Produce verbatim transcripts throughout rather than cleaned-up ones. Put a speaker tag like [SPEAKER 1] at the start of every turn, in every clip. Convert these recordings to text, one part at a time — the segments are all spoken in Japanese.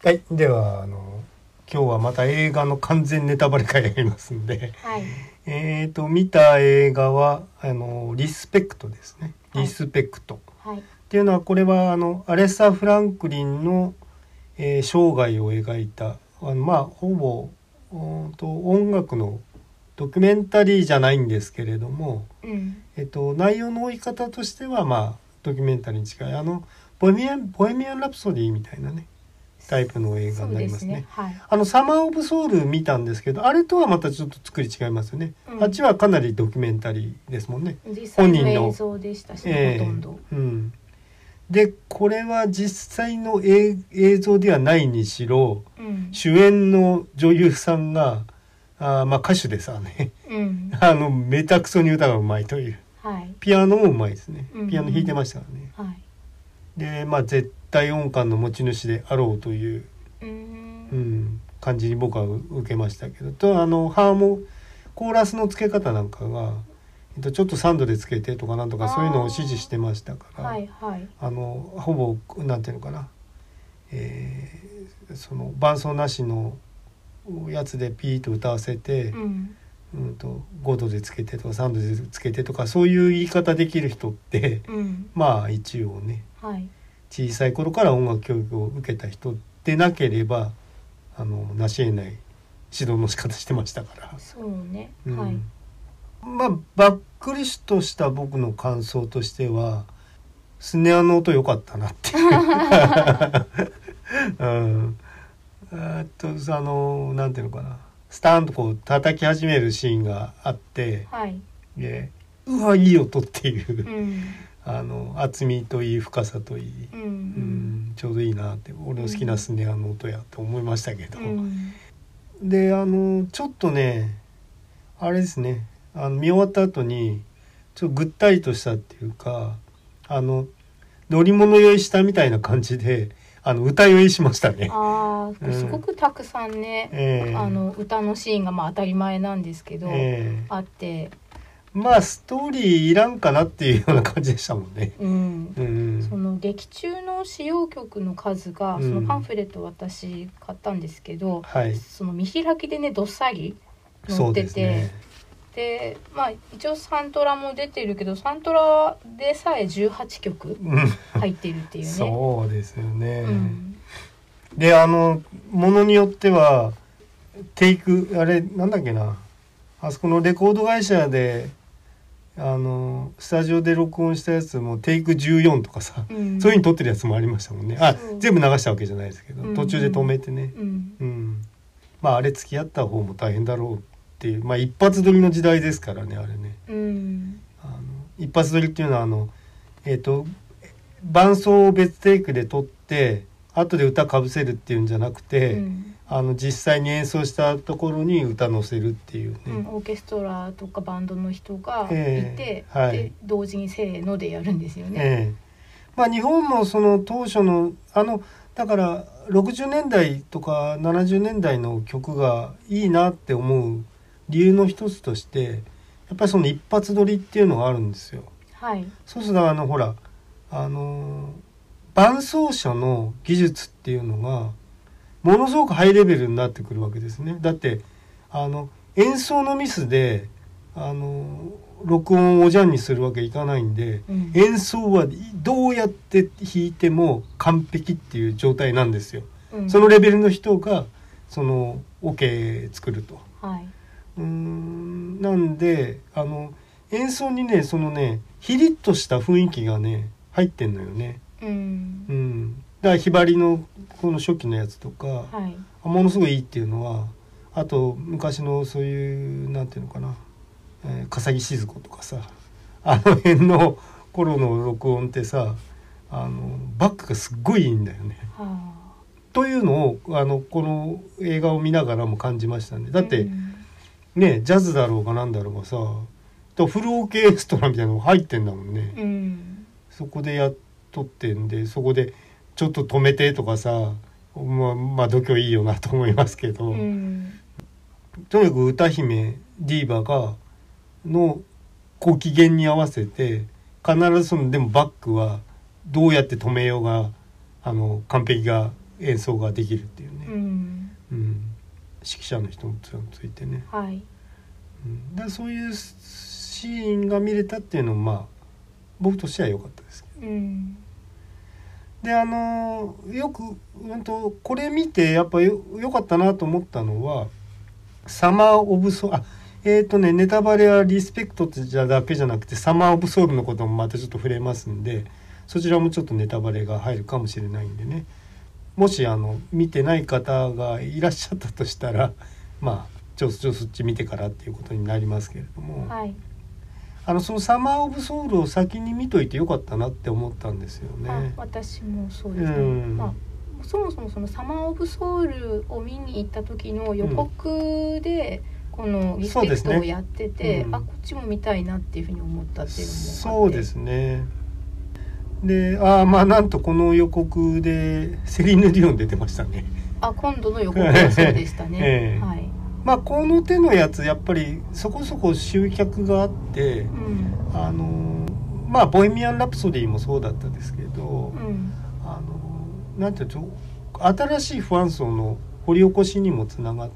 [SPEAKER 1] はい、ではあの今日はまた映画の完全ネタバレ会やりますんで、
[SPEAKER 2] はい、
[SPEAKER 1] えーと見た映画はあのリスペクトですね。
[SPEAKER 2] はい
[SPEAKER 1] リスペクト、
[SPEAKER 2] はい、
[SPEAKER 1] っていうのはこれはあのアレサ・フランクリンの、えー生涯を描いたあのまあほぼうんと音楽のドキュメンタリーじゃないんですけれども、
[SPEAKER 2] うん
[SPEAKER 1] えっと、内容の追い方としてはまあドキュメンタリーに近いあのボヘミアン、ボヘミアン・ラプソディみたいなねタイプの映画になりますね。
[SPEAKER 2] そうですね、はい、
[SPEAKER 1] あのサマー・オブ・ソウル見たんですけど、あれとはまたちょっと作り違いますよね、
[SPEAKER 2] うん
[SPEAKER 1] あっちはかなりドキュメンタリーですもんね。
[SPEAKER 2] 実際の
[SPEAKER 1] 本人の
[SPEAKER 2] 映像でしたし、
[SPEAKER 1] ええ
[SPEAKER 2] ほとんど、
[SPEAKER 1] うん、でこれは実際の映映像ではないにしろ、
[SPEAKER 2] うん
[SPEAKER 1] 主演の女優さんがあまあ歌手でさね
[SPEAKER 2] うん
[SPEAKER 1] あのめたくそに歌がうまいという、
[SPEAKER 2] はい、
[SPEAKER 1] ピアノもうまいですね。
[SPEAKER 2] うん
[SPEAKER 1] ピアノ弾いてましたからね。
[SPEAKER 2] はい、
[SPEAKER 1] でまあ絶対音感の持ち主であろうという、
[SPEAKER 2] うーん
[SPEAKER 1] うん、感じに僕は受けましたけど、とあのハーモコーラスの付け方なんかが、えっと、ちょっとさんどでつけてとかなんとかそういうのを指示してましたから、
[SPEAKER 2] はいはい
[SPEAKER 1] あのほぼなんていうのかな、えーその伴奏なしのやつでピーッと歌わせて、
[SPEAKER 2] うん
[SPEAKER 1] うん、とごどでつけてとかさんどでつけてとかそういう言い方できる人って
[SPEAKER 2] うん
[SPEAKER 1] まあ一応ね
[SPEAKER 2] はい
[SPEAKER 1] 小さい頃から音楽教育を受けた人でなければあの成し得ない指導の仕方してましたから、
[SPEAKER 2] そうね、
[SPEAKER 1] うん
[SPEAKER 2] はい、
[SPEAKER 1] まあばっくりとした僕の感想としてはスネアの音良かったなっていう、うんあとあのなんていうのかな、スタンとこう叩き始めるシーンがあって、
[SPEAKER 2] はい、
[SPEAKER 1] でうわいい音っていう、
[SPEAKER 2] うん
[SPEAKER 1] あの厚みといい深さといい、
[SPEAKER 2] うん
[SPEAKER 1] うんちょうどいいなって俺の好きなスネアの音やと思いましたけど、
[SPEAKER 2] うん
[SPEAKER 1] であのちょっとねあれですね、あの見終わった後にちょっとぐったりとしたっていうか、あの乗り物酔いしたみたいな感じであの歌酔いしましたね。
[SPEAKER 2] あ
[SPEAKER 1] うん
[SPEAKER 2] ーすごくたくさんね、
[SPEAKER 1] えー
[SPEAKER 2] あの歌のシーンがまあ当たり前なんですけど、
[SPEAKER 1] えー
[SPEAKER 2] あって
[SPEAKER 1] まあストーリーいらんかなっていうような感じでしたもんね。
[SPEAKER 2] うん
[SPEAKER 1] うん
[SPEAKER 2] その劇中の使用曲の数が、
[SPEAKER 1] うん
[SPEAKER 2] そのパンフレット私買ったんですけど、
[SPEAKER 1] はい、
[SPEAKER 2] その見開きでねどっさり
[SPEAKER 1] そう
[SPEAKER 2] 載ってて
[SPEAKER 1] ですね。
[SPEAKER 2] でまあ一応サントラも出てるけどサントラでさえじゅうはちきょく
[SPEAKER 1] うん
[SPEAKER 2] 入ってるっていうね。
[SPEAKER 1] そうですよね。
[SPEAKER 2] うん
[SPEAKER 1] であのものによってはテイクあれなんだっけな、あそこのレコード会社であのスタジオで録音したやつもテイクじゅうよんとかさ、
[SPEAKER 2] うん
[SPEAKER 1] そういう風に撮ってるやつもありましたもんね。あ
[SPEAKER 2] そう
[SPEAKER 1] 全部流したわけじゃないですけど、
[SPEAKER 2] うん
[SPEAKER 1] 途中で止めてね、
[SPEAKER 2] うん
[SPEAKER 1] うんまああれ付き合った方も大変だろうっていう、まあ一発撮りの時代ですからねあれね。
[SPEAKER 2] うん
[SPEAKER 1] あの一発撮りっていうのはあのえっ、と伴奏を別テイクで撮って後で歌かぶせるっていうんじゃなくて、
[SPEAKER 2] うん
[SPEAKER 1] あの実際に演奏したところに歌乗せるっていうね、
[SPEAKER 2] うんオーケストラとかバンドの人がいて、
[SPEAKER 1] ええはい
[SPEAKER 2] で同時にせーのでやるんですよね。
[SPEAKER 1] ええまあ日本もその当初のあのだからろくじゅうねんだいとかななじゅうねんだいの曲がいいなって思う理由の一つとしてやっぱりその一発撮りっていうのがあるんですよ。
[SPEAKER 2] はい、
[SPEAKER 1] そうするとあのほらあの伴奏者の技術っていうのがものすごくハイレベルになってくるわけですね。だってあの演奏のミスであの録音をおじゃんにするわけいかないんで、
[SPEAKER 2] うん
[SPEAKER 1] 演奏はどうやって弾いても完璧っていう状態なんですよ。
[SPEAKER 2] うん
[SPEAKER 1] そのレベルの人がそのオケ作ると。
[SPEAKER 2] はい、
[SPEAKER 1] うーんなんであの演奏にねそのねヒリッとした雰囲気がね入ってんのよね。
[SPEAKER 2] うん
[SPEAKER 1] うんだからひばりのこの初期のやつとか、
[SPEAKER 2] はい
[SPEAKER 1] ものすごいいいっていうのはあと昔のそういうなんていうのかな、えー、笠木静子とかさあの辺の頃の録音ってさあのバックがすっごいいいんだよね。
[SPEAKER 2] は
[SPEAKER 1] というのをあのこの映画を見ながらも感じましたね。だ
[SPEAKER 2] あ
[SPEAKER 1] って、
[SPEAKER 2] うん
[SPEAKER 1] ねジャズだろうがなんだろうがさとフルオーケストラみたいなのが入ってんだもんね。
[SPEAKER 2] うん
[SPEAKER 1] そこでやっとってんでそこでちょっと止めてとかさまあ、まあ度胸いいよなと思いますけど、
[SPEAKER 2] うん
[SPEAKER 1] とにかく歌姫ディーバがのご機嫌に合わせて必ずそのでもバックはどうやって止めようがあの完璧が演奏ができるっていうね、
[SPEAKER 2] うん
[SPEAKER 1] うん、指揮者の人もついてね、
[SPEAKER 2] はい、
[SPEAKER 1] うん、だからそういうシーンが見れたっていうのもまあ僕としては良かったですけど、
[SPEAKER 2] うん、
[SPEAKER 1] であのよく本当これ見てやっぱよ良かったなと思ったのはサマー・オブ・ソウル、あえーとねネタバレはリスペクトってじゃだけじゃなくてサマー・オブ・ソウルのこともまたちょっと触れますんで、そちらもちょっとネタバレが入るかもしれないんでね、もしあの見てない方がいらっしゃったとしたらまあちょちょそっち見てからっていうことになりますけれども、
[SPEAKER 2] はい、
[SPEAKER 1] あのそのサマー・オブ・ソウルを先に見といてよかったなって思ったんですよ
[SPEAKER 2] あ
[SPEAKER 1] ね。
[SPEAKER 2] 私もそうですね、
[SPEAKER 1] うん
[SPEAKER 2] まあそもそもそのサマー・オブ・ソウルを見に行った時の予告でこのリスペクトをやってて、
[SPEAKER 1] うん、
[SPEAKER 2] あこっちも見たいなっていうふうに思ったっていうのもあって、
[SPEAKER 1] そうですね。であまあなんとこの予告でセリーヌ・ディオン出てましたね。
[SPEAKER 2] あ今度の予告はそうでしたね、
[SPEAKER 1] ええ、
[SPEAKER 2] はい、
[SPEAKER 1] まあこの手のやつやっぱりそこそこ集客があって、
[SPEAKER 2] うん、
[SPEAKER 1] あのまあボヘミアン・ラプソディもそうだったですけど、
[SPEAKER 2] うん、
[SPEAKER 1] あのなんていうの新しいファン層の掘り起こしにもつながって、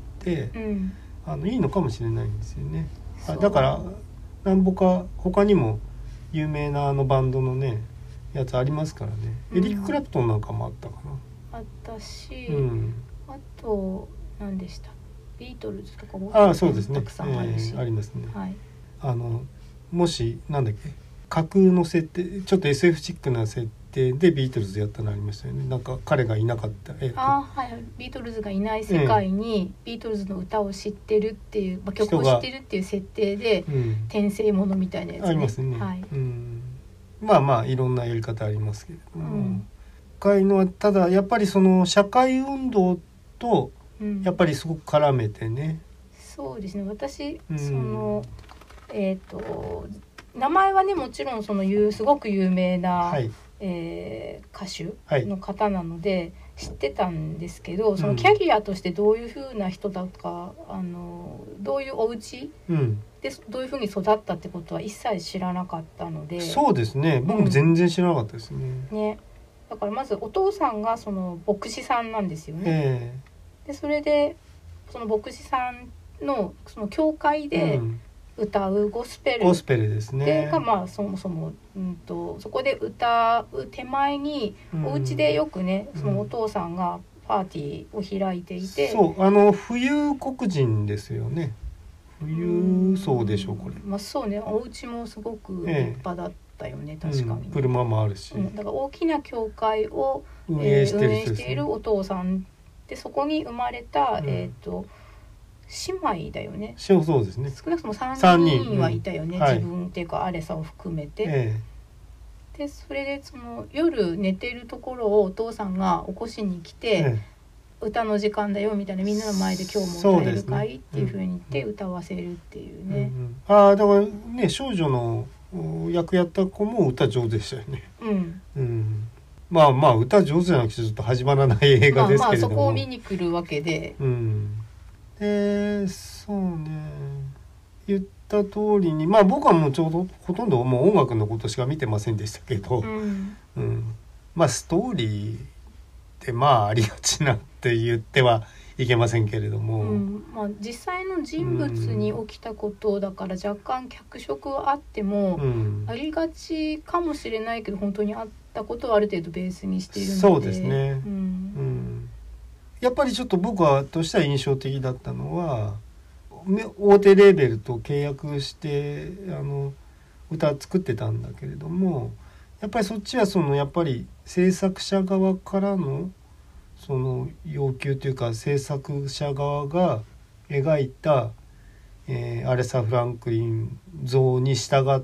[SPEAKER 2] うん、
[SPEAKER 1] あのいいのかもしれないんですよね。あだからなんぼか他にも有名なあのバンドのねやつありますからね、うん、エリック・クラプトンなんかもあったかな、
[SPEAKER 2] あったし、
[SPEAKER 1] うん、
[SPEAKER 2] あと何でしたビートルズとかも
[SPEAKER 1] あそうですね、
[SPEAKER 2] たくさんあるし、
[SPEAKER 1] えー、ありますね、
[SPEAKER 2] はい、
[SPEAKER 1] あのもしなんだっけ架空の設定ちょっと エスエフ チックな設定でビートルズやったのありましたよね。なんか彼がいなかった、えー、
[SPEAKER 2] あはい、ビートルズがいない世界にビートルズの歌を知ってるっていう、まあ、曲を知ってるっていう設定で、うん、転生ものみたいなやつね、
[SPEAKER 1] ありますね、
[SPEAKER 2] はい、
[SPEAKER 1] うん、まあまあいろんなやり方ありますけれども、うん、深いのはただやっぱりその社会運動とやっぱりすごく絡めてね、
[SPEAKER 2] うん、そうですね私、うん、そのえっ、ー、と名前はねもちろんそのすごく有名な、はい、えー、歌手の方なので知ってたんですけど、はい、そのキャリアとしてどういう風な人だとか、うん、あのどういうお家、うん、でどういう風に育ったってことは一切知らなかったので。
[SPEAKER 1] そうですね僕も全然知らなかったですね、
[SPEAKER 2] うん、ねだからまずお父さんがその牧師さんなんですよね、
[SPEAKER 1] え
[SPEAKER 2] ー、でそれでその牧師さんのその教会で、うん歌うゴスペル
[SPEAKER 1] ゴスペルですね
[SPEAKER 2] がまあそもそも、うんと、そこで歌う手前に、うん、お家でよくねそのお父さんがパーティーを開いていて、
[SPEAKER 1] うん、そうあの富裕黒人ですよね。富裕層でしょうこれ、
[SPEAKER 2] まあそうねお家もすごく立派だったよね、ええ、確かに、うん、
[SPEAKER 1] 車もあるし、
[SPEAKER 2] うん、だから大きな教会を
[SPEAKER 1] 運営してる、
[SPEAKER 2] えー、運営しているお父さんでそこに生まれた、うん、えっ、ー、と姉妹だよね。
[SPEAKER 1] そうそうですね。
[SPEAKER 2] 少なくともさんにんはいたよね、
[SPEAKER 1] うんはい、
[SPEAKER 2] 自分っていうかアレサを含めて、
[SPEAKER 1] え
[SPEAKER 2] え、でそれでその夜寝てるところをお父さんが起こしに来て、ええ、歌の時間だよみたいなみんなの前で今日も歌えるかい、ね、っていう風に言って歌わせるっていうね、
[SPEAKER 1] うんうん、ああだからね少女の役やった子も歌上手でしたよね。うん、うん、まあまあ歌上手じゃなくてちょっと始まらない映画ですけれども、まあ、まあ
[SPEAKER 2] そこを見に来るわけで、
[SPEAKER 1] うんでそうね言った通りにまあ僕はもうちょうどほとんどもう音楽のことしか見てませんでしたけど、うんうん、まあストーリーってまあありがちなって言ってはいけませんけれども、
[SPEAKER 2] うんまあ、実際の人物に起きたことだから若干脚色はあっても、うん、ありがちかもしれないけど本当にあったことをある程度ベースにしているので
[SPEAKER 1] そうですね、うんうんやっぱりちょっと僕はとしては印象的だったのは大手レーベルと契約してあの歌作ってたんだけれどもやっぱりそっちはそのやっぱり制作者側からのその要求というか制作者側が描いた、えー、アレサ・フランクリン像に従って、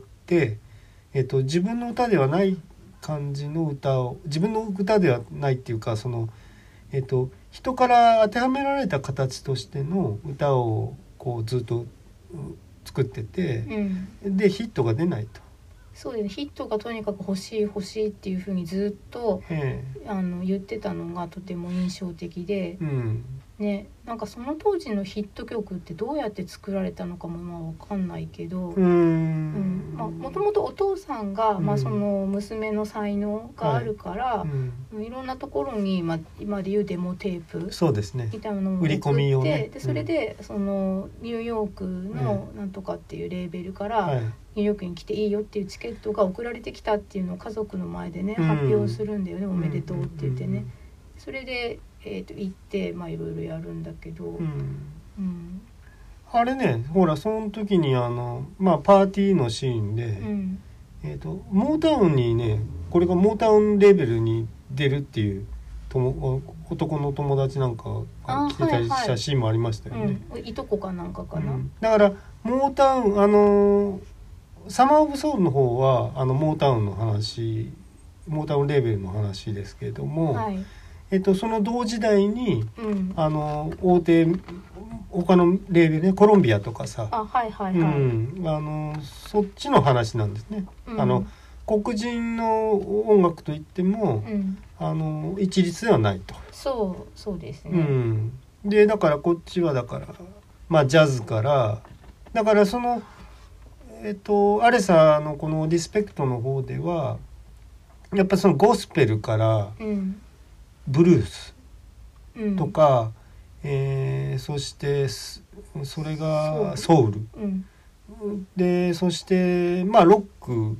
[SPEAKER 1] えーと、自分の歌ではない感じの歌を自分の歌ではないっていうかそのえーと人から当てはめられた形としての歌をこうずっと作ってて、うん、でヒットが出ないと。
[SPEAKER 2] そうですねヒットがとにかく欲しい欲しいっていうふうにずっと、ええ、あの言ってたのがとても印象的で、
[SPEAKER 1] うん、
[SPEAKER 2] ね、なんかその当時のヒット曲ってどうやって作られたのかもまあ分かんないけど、
[SPEAKER 1] うん、
[SPEAKER 2] まあ、もともとお父さんが、まあ、その娘の才能があるから、はい、いろんなところに、まあ、今でいうデモテープ
[SPEAKER 1] そうですね、
[SPEAKER 2] みたいなのを送って、売り込みをね、でそれでそのニューヨークのなんとかっていうレーベルから、はい、ニューヨークに来ていいよっていうチケットが送られてきたっていうのを家族の前でね、発表するんだよね、おめでとうって言ってね。それでえー、と行ってまあいろいろやるんだけど、うん
[SPEAKER 1] うん、あれね、ほらその時にあの、まあ、パーティーのシーンで、うん、えー、とモータウンにね、これがモータウンレーベルに出るっていうとも男の友達なんかが来てたりしたシーンもありましたよね、はい
[SPEAKER 2] はい、うん、いとこかなんかかな、うん、
[SPEAKER 1] だからモータウン、あのサマーオブソウルの方はあのモータウンの話、モータウンレーベルの話ですけれども、はい、えっと、その同時代に、うん、あの大手他のレーベルね、コロンビアとかさ、
[SPEAKER 2] あ、はいはいはい、うん、
[SPEAKER 1] あのそっちの話なんですね、うん、あの黒人の音楽といっても、うん、あの一律ではないと。
[SPEAKER 2] そうそうですね、
[SPEAKER 1] うん、でだからこっちはだからまあジャズからだからそのえっとアレサのこのリスペクトの方ではやっぱそのゴスペルから、うん、ブルースとか、うん、えー、そしてそれがソウル、うん、でそしてまあロック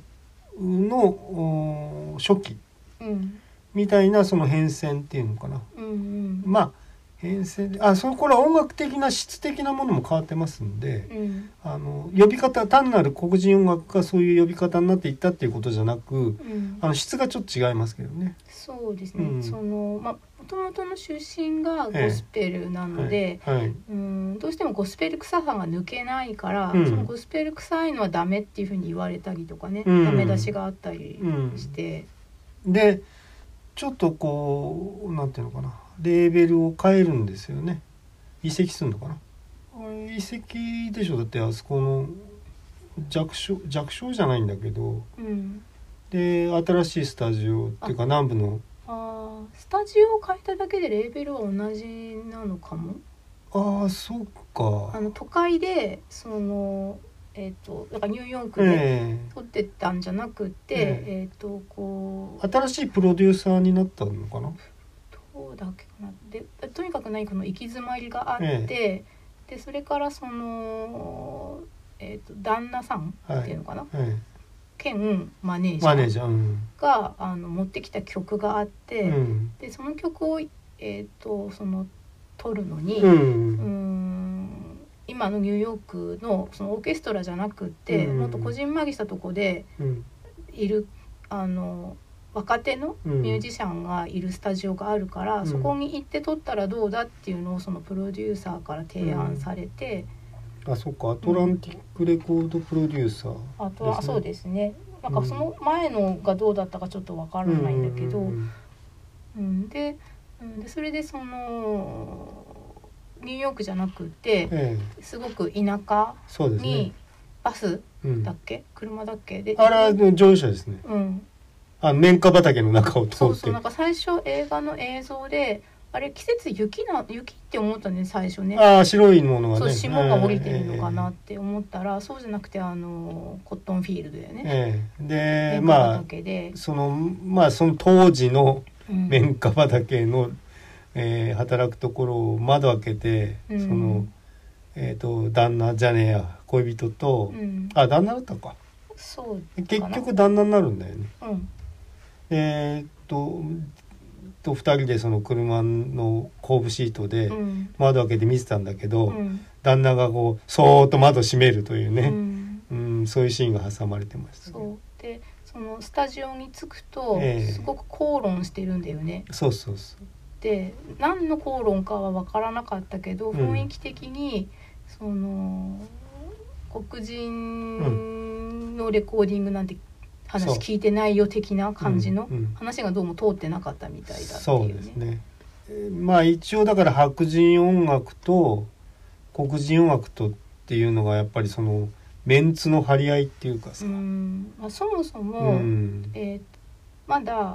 [SPEAKER 1] の初期、うん、みたいなその変遷っていうのかな、うんうん、まあ変遷あその頃は音楽的な質的なものも変わってますんで、うん、あの呼び方単なる黒人音楽がそういう呼び方になっていったっていうことじゃなく、うん、あの質がちょっと違いますけどね。
[SPEAKER 2] そうですね、うん、そのまあもともとの出身がゴスペルなので、ええはいはい、うんどうしてもゴスペル臭さが抜けないから、うん、そのゴスペル臭いのはダメっていうふうに言われたりとかね、うん、ダメ出しがあったりして、
[SPEAKER 1] うん、でちょっとこうなんていうのかな、レーベルを変えるんですよね。移籍するのかな、移籍でしょ。だってあそこの弱小弱小じゃないんだけど、うん、で新しいスタジオっていうか南部の
[SPEAKER 2] あスタジオを変えただけでレーベルは同じなのかも。
[SPEAKER 1] ああそうか。
[SPEAKER 2] あの都会でそのえー、とだからニューヨークで撮ってたんじゃなくて、えーえー、とこ
[SPEAKER 1] う新しいプロデューサーになったのかな。
[SPEAKER 2] どうだっけかな。でとにかく何かの行き詰まりがあって、えー、でそれからその、えー、と旦那さんっていうのかな、はいえー、兼マネージャーが、うん、あの持ってきた曲があって、うん、でその曲を、えー、とその撮るのに、うん、うん今のニューヨーク の, そのオーケストラじゃなくって、うん、もっとこじんまりしたとこでいる、うん、あの若手のミュージシャンがいるスタジオがあるから、うん、そこに行って撮ったらどうだっていうのをそのプロデューサーから提案されて、
[SPEAKER 1] うん、あそっかアトランティックレコードプロデューサー、ね、
[SPEAKER 2] あとはそうですね。なんかその前のがどうだったかちょっとわからないんだけど、うんうん、で, でそれでそのニューヨークじゃなくて、ええ、すごく田舎にバスだっけ、うん、車だっけで
[SPEAKER 1] あれは乗用車ですね、うん、あ綿花畑の中を通って
[SPEAKER 2] そうそうなんか最初映画の映像であれ季節雪な雪って思ったね最初ね。
[SPEAKER 1] あ白いものがね
[SPEAKER 2] そう霜が降りてるのかなって思ったら、えー、そうじゃなくてあのコットンフィールドだよね、え
[SPEAKER 1] ー、でまあそのまあその当時の綿花畑の、うんえー、働くところを窓開けて、うん、その、えーと、旦那じゃねえや恋人と、うん、あ旦那だったか
[SPEAKER 2] そう
[SPEAKER 1] 結局旦那になるんだよね、うん、えー、っととふたりでその車の後部シートで窓開けて見てたんだけど、うん、旦那がこうそーっと窓閉めるというね、うんうん、そういうシーンが挟まれてました、ね、
[SPEAKER 2] そうでそのスタジオに着くと、えー、すごく口論してるんだよね。
[SPEAKER 1] そうそうそう
[SPEAKER 2] で何の口論かは分からなかったけど、うん、雰囲気的にその黒人のレコーディングなんて話聞いてないよ的な感じの話がどうも通ってなかったみたいだっていうね。
[SPEAKER 1] そうですね。まあ一応だから白人音楽と黒人音楽とっていうのがやっぱりそのメンツの張り合いっていうかさ、
[SPEAKER 2] うん、まあ、そもそも、うん、えー、まだ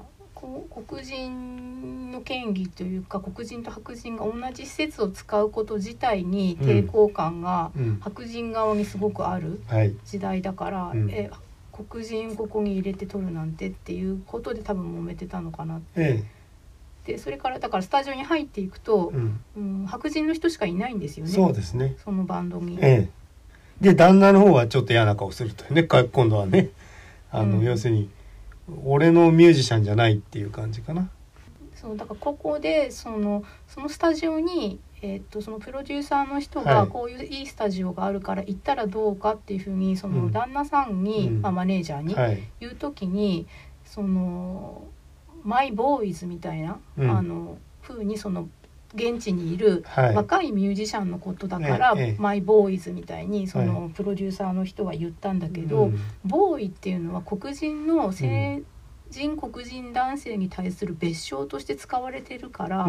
[SPEAKER 2] 黒人の権利というか黒人と白人が同じ施設を使うこと自体に抵抗感が白人側にすごくある時代だから、うん、え黒人ここに入れて取るなんてっていうことで多分揉めてたのかなって、ええ、でそれからだからスタジオに入っていくと、うんうん、白人の人しかいないんですよね。
[SPEAKER 1] そうですね、
[SPEAKER 2] そのバンドに、
[SPEAKER 1] ええ、で旦那の方はちょっと嫌な顔するとね、今度はね、あの、うん、要するに俺のミュージシャンじゃないっていう感じかな。
[SPEAKER 2] そうだからここでそのそのスタジオに、えー、とそのプロデューサーの人がこういういいスタジオがあるから行ったらどうかっていうふうにその旦那さんに、うんまあ、マネージャーに言う時に、はい、そのマイボーイズみたいな、うん、あの風にその現地にいる若いミュージシャンのことだから、はい、マイボーイズみたいにそのプロデューサーの人は言ったんだけど、はい、ボーイっていうのは黒人の性人黒人男性に対する別称として使われてるから、うん、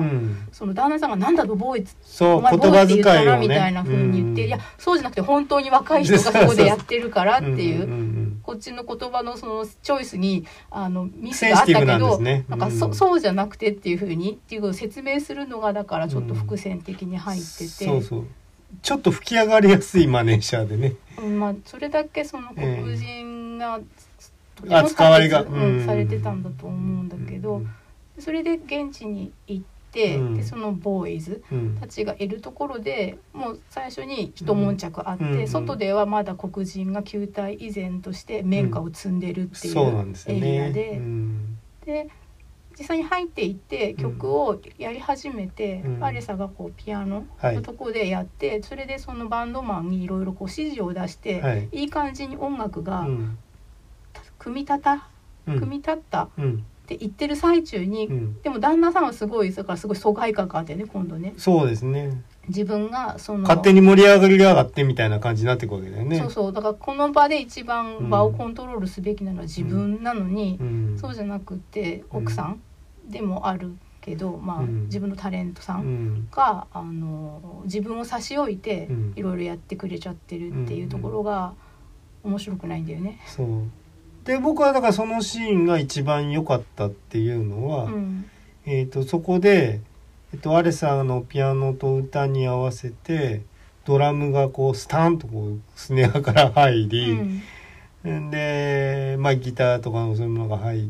[SPEAKER 2] その旦那さんがなんだとボーイズお前ボーイって言ったなみたいな風に言って、うん、いやそうじゃなくて本当に若い人がそこでやってるからっていうこっちの言葉のそのチョイスにあのミスがあったけど、ね、なんか そ, そうじゃなくてっていう風にっていうのを説明するのがだからちょっと伏線的に入ってて、うん、そうそう
[SPEAKER 1] ちょっと吹き上がりやすいマネージャーでね、
[SPEAKER 2] うんまあ、それだけその黒人が、えー
[SPEAKER 1] 扱われが、
[SPEAKER 2] うん、されてたんだと思うんだけど、うん、それで現地に行って、うん、でそのボーイズたちがいるところでもう最初に一悶着あって、うん、外ではまだ黒人が球体依然として綿花を積んでるっていうエリアで、うん、で実際に入っていって曲をやり始めて、うん、アレサがこうピアノのところでやって、はい、それでそのバンドマンにいろいろ指示を出して、はい、いい感じに音楽が、うん組み立た、組み立ったって言ってる最中に、うん、でも旦那さんはすごいだからすごい疎外感があってね今度ね。
[SPEAKER 1] そうですね。
[SPEAKER 2] 自分がその
[SPEAKER 1] 勝手に盛り上がりやがってみたいな感じになっていくわけだよね。
[SPEAKER 2] そうそうだからこの場で一番場をコントロールすべきなのは自分なのに、うん、そうじゃなくて奥さんでもあるけど、まあ、うん、自分のタレントさんが、うん、あの自分を差し置いていろいろやってくれちゃってるっていうところが面白くないんだよね。
[SPEAKER 1] そうで僕はだからそのシーンが一番良かったっていうのは、うん、えー、とそこで、えー、とアレサのピアノと歌に合わせてドラムがこうスタンとこうスネアから入り、うん、で、まあ、ギターとかのそういうものが入って、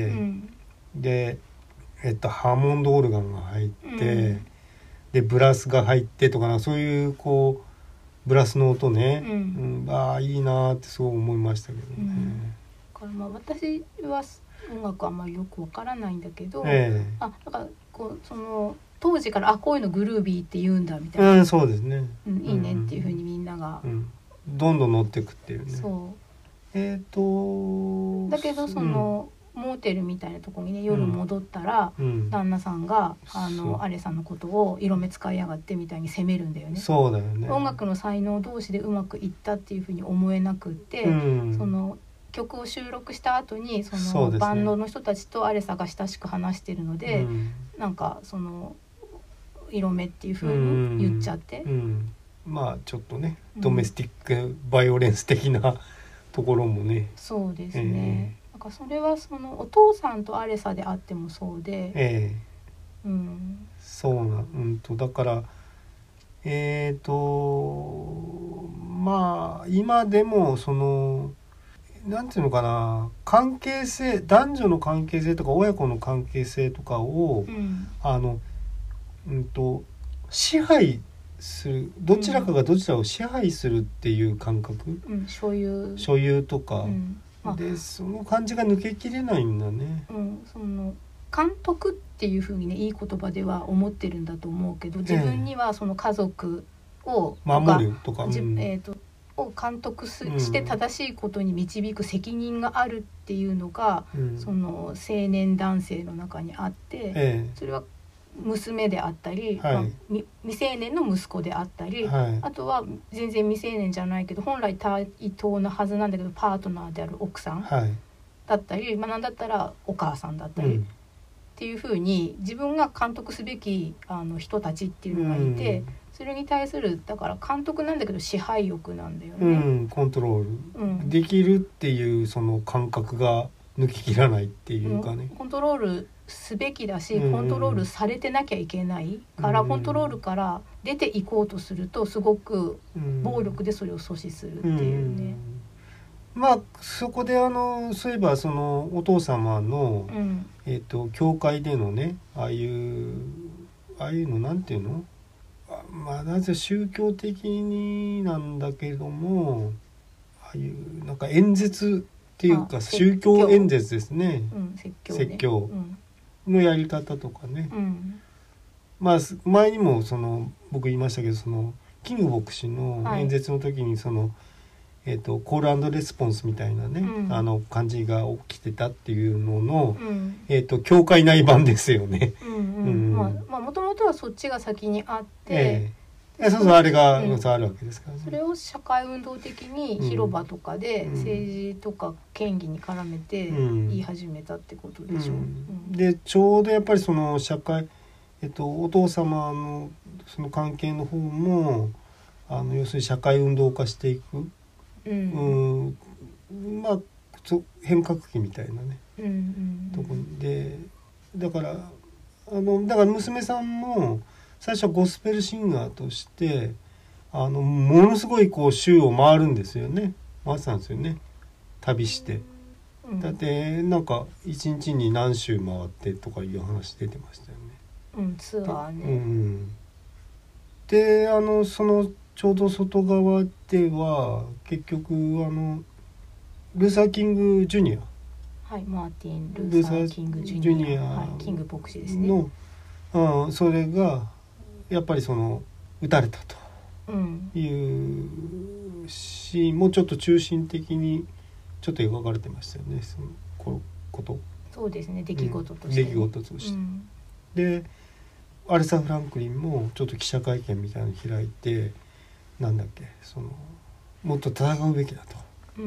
[SPEAKER 1] うん、で、えー、とハーモンドオルガンが入って、うん、でブラスが入ってとかそういうこうブラスの音ね、うんうん、ああいいなってすごい思いましたけどね。うん
[SPEAKER 2] まあ、私は音楽あんまりよくわからないんだけど、
[SPEAKER 1] えー、
[SPEAKER 2] あだからこうその当時からあこういうのグルービーって言うんだみたいな、
[SPEAKER 1] うん、そうですね、
[SPEAKER 2] うん、いいねっていう風にみんなが、
[SPEAKER 1] うん、どんどん乗っていくっていうね。
[SPEAKER 2] そう
[SPEAKER 1] えーと
[SPEAKER 2] だけどその、うん、モーテルみたいなところにね夜戻ったら、うん、旦那さんがあのアレさんのことを色目使いやがってみたいに責めるんだよね。
[SPEAKER 1] そうだよね。
[SPEAKER 2] 音楽の才能同士でうまくいったっていう風に思えなくって、うん、その曲を収録した後にそのバンドの人たちとアレサが親しく話してるので、うん、なんかその色目っていう風に言っちゃって、うん
[SPEAKER 1] うん、まあちょっとね、うん、ドメスティックバイオレンス的なところもね。
[SPEAKER 2] そうですね、えー、なんかそれはそのお父さんとアレサであってもそうで、
[SPEAKER 1] え
[SPEAKER 2] ーうん、
[SPEAKER 1] そうな、うんとだからえーとまあ今でもそのなんていうのかな関係性男女の関係性とか親子の関係性とかを、うん、あの、うんと支配するどちらかがどちらを支配するっていう感覚、
[SPEAKER 2] うん、所有
[SPEAKER 1] 所有とか、うんまあ、でその感じが抜けきれないんだね。
[SPEAKER 2] うん、その監督っていう風にねいい言葉では思ってるんだと思うけど自分にはその家族を
[SPEAKER 1] 守るとか、うん、
[SPEAKER 2] えーとを監督すして正しいことに導く責任があるっていうのが、うん、その青年男性の中にあって、ええ、それは娘であったり、はいまあ、未成年の息子であったり、はい、あとは全然未成年じゃないけど本来対等なはずなんだけどパートナーである奥さんだったり、はいまあ、なんだったらお母さんだったり、うん、っていうふうに自分が監督すべきあの人たちっていうのがいて、うんそれに対するだから監督なんだけど支配欲なんだよね、
[SPEAKER 1] うん、コントロール、うん、できるっていうその感覚が抜き切らないっていうかね、
[SPEAKER 2] コントロールすべきだし、うん、コントロールされてなきゃいけないから、うん、コントロールから出ていこうとするとすごく暴力でそれを阻止するっていうね、
[SPEAKER 1] うん、まあそこであのそういえばそのお父様の、うん、えーと、教会でのねああいうああいうのなんていうの、まあなぜ宗教的になんだけども、ああいうなんか演説っていうか宗教演説ですね、
[SPEAKER 2] うん、説教ね、
[SPEAKER 1] 説教のやり方とかね、うん、まあ前にもその僕言いましたけど、そのキング牧師の演説の時にその、はい、えーと、コール&レスポンスみたいなね、うん、あの感じが起きてたっていうのの、うん、えーと、教会内版ですよね。
[SPEAKER 2] うんうんうん、まあ、まあ、もともとはそっちが先にあって、えー
[SPEAKER 1] そうそう、あれが、うん、あるわけですからね。
[SPEAKER 2] それを社会運動的に広場とかで政治とか権利に絡めて言い始めたってことでしょう、うんうん、
[SPEAKER 1] でちょうどやっぱりその社会、えっと、お父様のその関係の方もあの要するに社会運動化していく、うんうん、まあ変革期みたいなね、うんうんうん、とこでだからあのだから娘さんも最初はゴスペルシンガーとしてあのものすごいこう州を回るんですよね。回ってたんですよね、旅して、うん、だってなんか一日に何州回ってとかいう話出てましたよね、
[SPEAKER 2] うん、ツアーね、
[SPEAKER 1] うん、であのそのちょうど外側では結局あのルーサー・キング・ジュニ
[SPEAKER 2] ア、はい、マーティン・ルーサー・キング・ジュニア、はい、キング牧師ですね
[SPEAKER 1] の、うん、それがやっぱりその撃たれたというシーンもちょっと中心的にちょっと描かれてましたよね、そのこと。
[SPEAKER 2] そうですね、出来事として、
[SPEAKER 1] うん、出来事として、うん、でアレサ・フランクリンもちょっと記者会見みたいなの開いて、なんだっけ、そのもっと戦うべきだと、うんうん、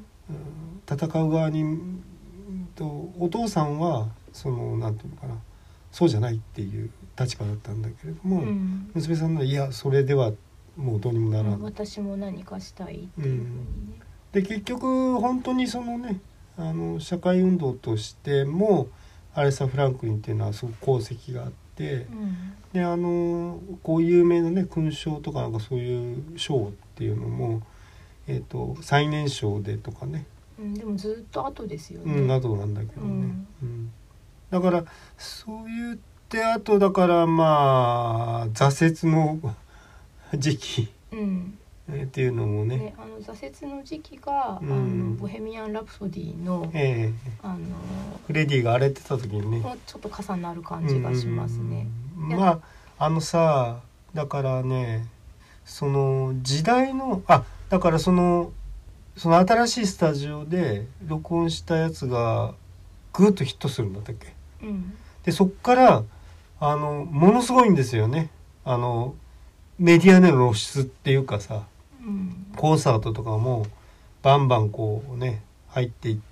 [SPEAKER 1] 戦う側にとお父さんはそのなんていうのかな、そうじゃないっていう立場だったんだけれども、うん、娘さんのいやそれではもうどうにもならない、うん、
[SPEAKER 2] 私も何かしたいっていうふうにね、うん、
[SPEAKER 1] で結局本当にそのねあの社会運動としてもアレサ・フランクリンっていうのはすごく功績があって、うん、であのこう有名なね勲章とかなんかそういう賞っていうのも、えーと、最年少でとかね、
[SPEAKER 2] うん、でもずっと後ですよね、
[SPEAKER 1] うん、後なんだけどね、うんうん、だからそう言ってあとだからまあ挫折の時期、うんえー、っていうのもね、ね
[SPEAKER 2] あの挫折の時期が、うん、あのボヘミアン・ラプソディの、えー、あの
[SPEAKER 1] フレディが荒れてた時にね
[SPEAKER 2] もうちょっと重なる感じがしますね、
[SPEAKER 1] うん、まああのさだからねその時代のあだからそのその新しいスタジオで録音したやつがグッとヒットするんだったっけ、うん、でそっからあのものすごいんですよね、あのメディアでの露出っていうかさ、うん、コンサートとかもバンバンこうね入っていって、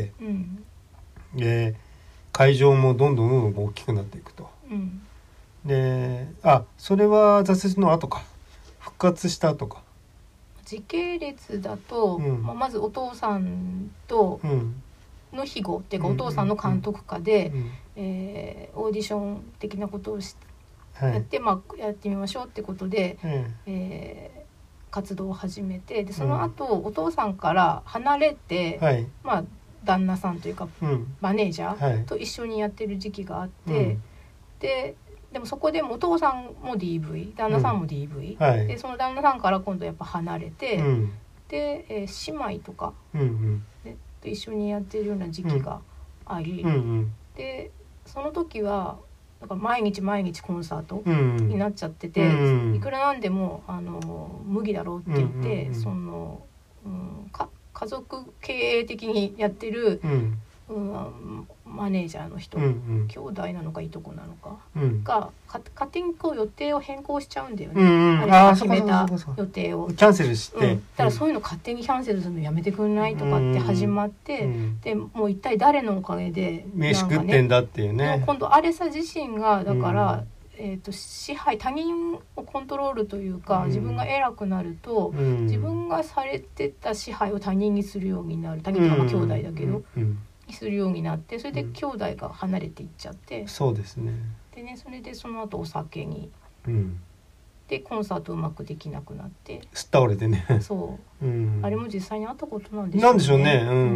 [SPEAKER 1] うん、で会場もどんどんどんどん大きくなっていくと、うん、であそれは挫折の後か復活した後か
[SPEAKER 2] 時系列だと、うんまあ、まずお父さんとの庇護っていうか、うん、お父さんの監督下で、うんえー、オーディション的なことをして、はい、やって、まあ、やってみましょうってことで、うんえー、活動を始めてでその後、うん、お父さんから離れて、はいまあ、旦那さんというか、うん、マネージャーと一緒にやってる時期があって、はい、ででもそこでもお父さんも ディーブイ 旦那さんも ディーブイ、うんはい、でその旦那さんから今度やっぱ離れて、うん、で、えー、姉妹とか、うんうん、でと一緒にやってるような時期があり、うんうん、でその時はだから毎日毎日コンサートになっちゃってて、うんうん、いくらなんでもあの無理だろうって言って、うんうん、その、うん、か家族経営的にやってる、うんうん、マネージャーの人、うんうん、兄弟なのかいとこなのか、うん、がか勝手にこう予定を変更しちゃうんだよね、うんうん、あれが決めた予定を
[SPEAKER 1] キャンセルして、
[SPEAKER 2] うん、だからそういうの勝手にキャンセルするのやめてくんないとかって始まって、うん、でもう一体誰のおかげで
[SPEAKER 1] 飯食ってんだっていうね、
[SPEAKER 2] 今度アレサ自身がだから、うんえー、と支配他人をコントロールというか、うん、自分が偉くなると、うん、自分がされてた支配を他人にするようになる、他人とかまあ兄弟だけど、うんうん、 にするようになって、それで兄弟が離れていっちゃって、
[SPEAKER 1] うん、そうですね。
[SPEAKER 2] でね、それでその後お酒に、
[SPEAKER 1] うん、
[SPEAKER 2] でコンサートうまくできなくなって
[SPEAKER 1] すっ倒れてね
[SPEAKER 2] そう、
[SPEAKER 1] うん、
[SPEAKER 2] あれも実際にあったことなんでしょうね。
[SPEAKER 1] なんでしょうね、うんうん、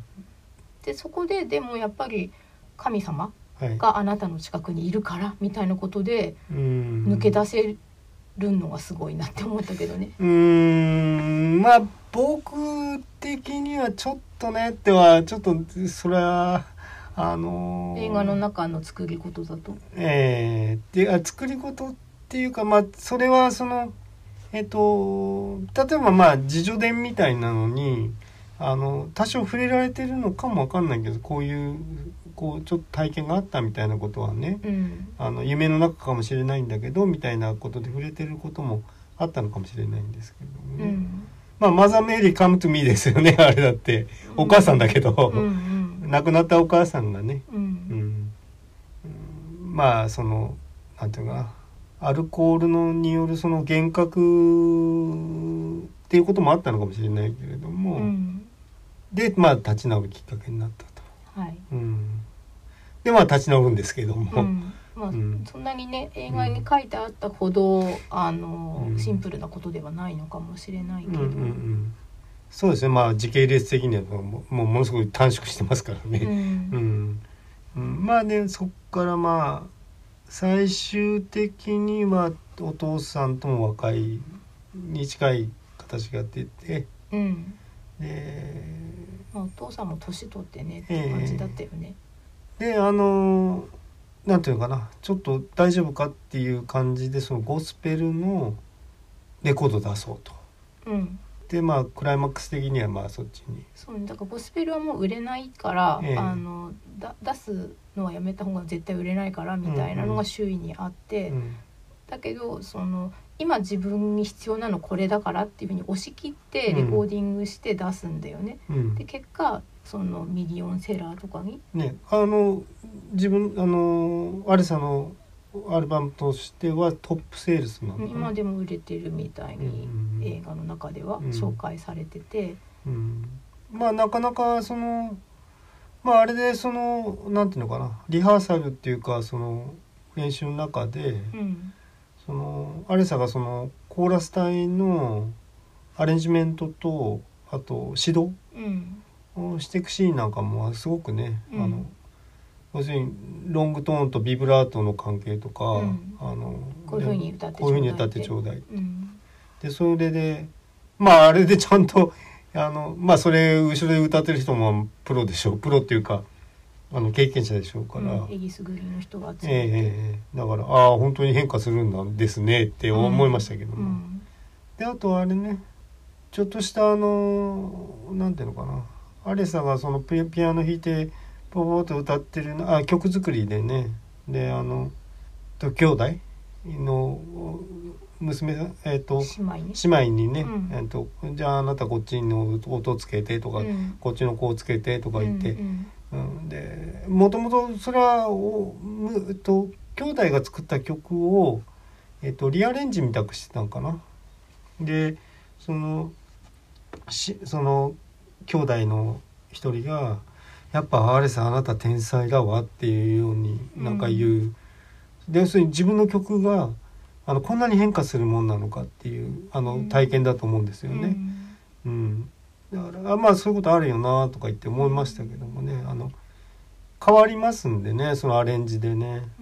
[SPEAKER 2] でそこででもやっぱり神様があなたの近くにいるからみたいなことで抜け出せるのがすごいなって思ったけどね。
[SPEAKER 1] うーん、まあ僕的にはちょっとねってはちょっとそれはあのー、
[SPEAKER 2] 映画の中の作り事だと
[SPEAKER 1] えー、であ作り事っていうか、まあそれはそのえっと例えばまあ自叙伝みたいなのにあの多少触れられてるのかもわかんないけど、こういうこうちょっと体験があったみたいなことはね、うん、あの夢の中かもしれないんだけどみたいなことで触れてることもあったのかもしれないんですけどもね、うん、まあマザーメリーカムトゥミーですよねあれだってお母さんだけど、うんうんうん、亡くなったお母さんがね、うんうんうん、まあそのなんていうかアルコールのによるその幻覚っていうこともあったのかもしれないけれども、うん、でまあ立ち直るきっかけになったと、はい、うん、でまあ立ち直るんですけども、うん
[SPEAKER 2] まあうん、そんなにね映画に書いてあったほど、うん、あのシンプルなことではないのかもしれないけど、うんうんうん、
[SPEAKER 1] そうですね、まあ時系列的にはもうものすごい短縮してますからね、うんうんうん、まあねそっからまあ最終的にはお父さんとも和解に近い形が出て、うん、
[SPEAKER 2] で、まあ、お父さんも年取ってねっていう感じだったよね、
[SPEAKER 1] えー、であのなんていうのかなちょっと大丈夫かっていう感じでそのゴスペルのレコード出そうと、うん、でまあクライマックス的にはまあそっちに
[SPEAKER 2] そうだからゴスペルはもう売れないから、えー、あのだ出すのはやめた方が絶対売れないからみたいなのが周囲にあって、うんうん、だけどその今自分に必要なのこれだからっていうふうに押し切ってレコーディングして出すんだよね、うん、で結果そのミリオンセラーとかに
[SPEAKER 1] ねあの自分あのアレサのアルバムとしてはトップセールスなのかな、
[SPEAKER 2] 今でも売れてるみたいに映画の中では紹介されてて、うん
[SPEAKER 1] うんうん、まあなかなかそのまああれでそのなんていうのかなリハーサルっていうかその練習の中で、うん、そのアレサがそのコーラス隊のアレンジメントとあと指導をしていくシーンなんかもすごくね、うん、あの要するにロングトーンとビブラートの関係とか、うん、あの
[SPEAKER 2] こういうふうに歌って
[SPEAKER 1] ちょうだい、うん、でそれでまああれでちゃんとあのまあそれ後ろで歌ってる人もプロでしょうプロっていうかあの経験者でしょうから、
[SPEAKER 2] うん、エギスグリの人が集めて、
[SPEAKER 1] えー、だからああ本当に変化するんだですねって思いましたけども、うんうん、であとあれねちょっとしたあのなんていうのかなアレサがそのピアノ弾いてポポーと歌ってるあ曲作りでねであのと兄弟の娘さん、えー、と
[SPEAKER 2] 姉妹に、
[SPEAKER 1] 姉妹にね、うんえー、とじゃああなたこっちの音つけてとか、うん、こっちの子をつけてとか言って、うんうんうん、でもともとそれはお、えっと、兄弟が作った曲を、えっと、リアレンジみたくしてたのかな。でそのしその兄弟の一人がやっぱアレさんあなた天才だわっていうようになんか言う、うん、で要するに自分の曲があのこんなに変化するもんなのかっていうあの体験だと思うんですよね、うん、うん、だからまあそういうことあるよなとか言って思いましたけどもねあの変わりますんでねそのアレンジでね、うん、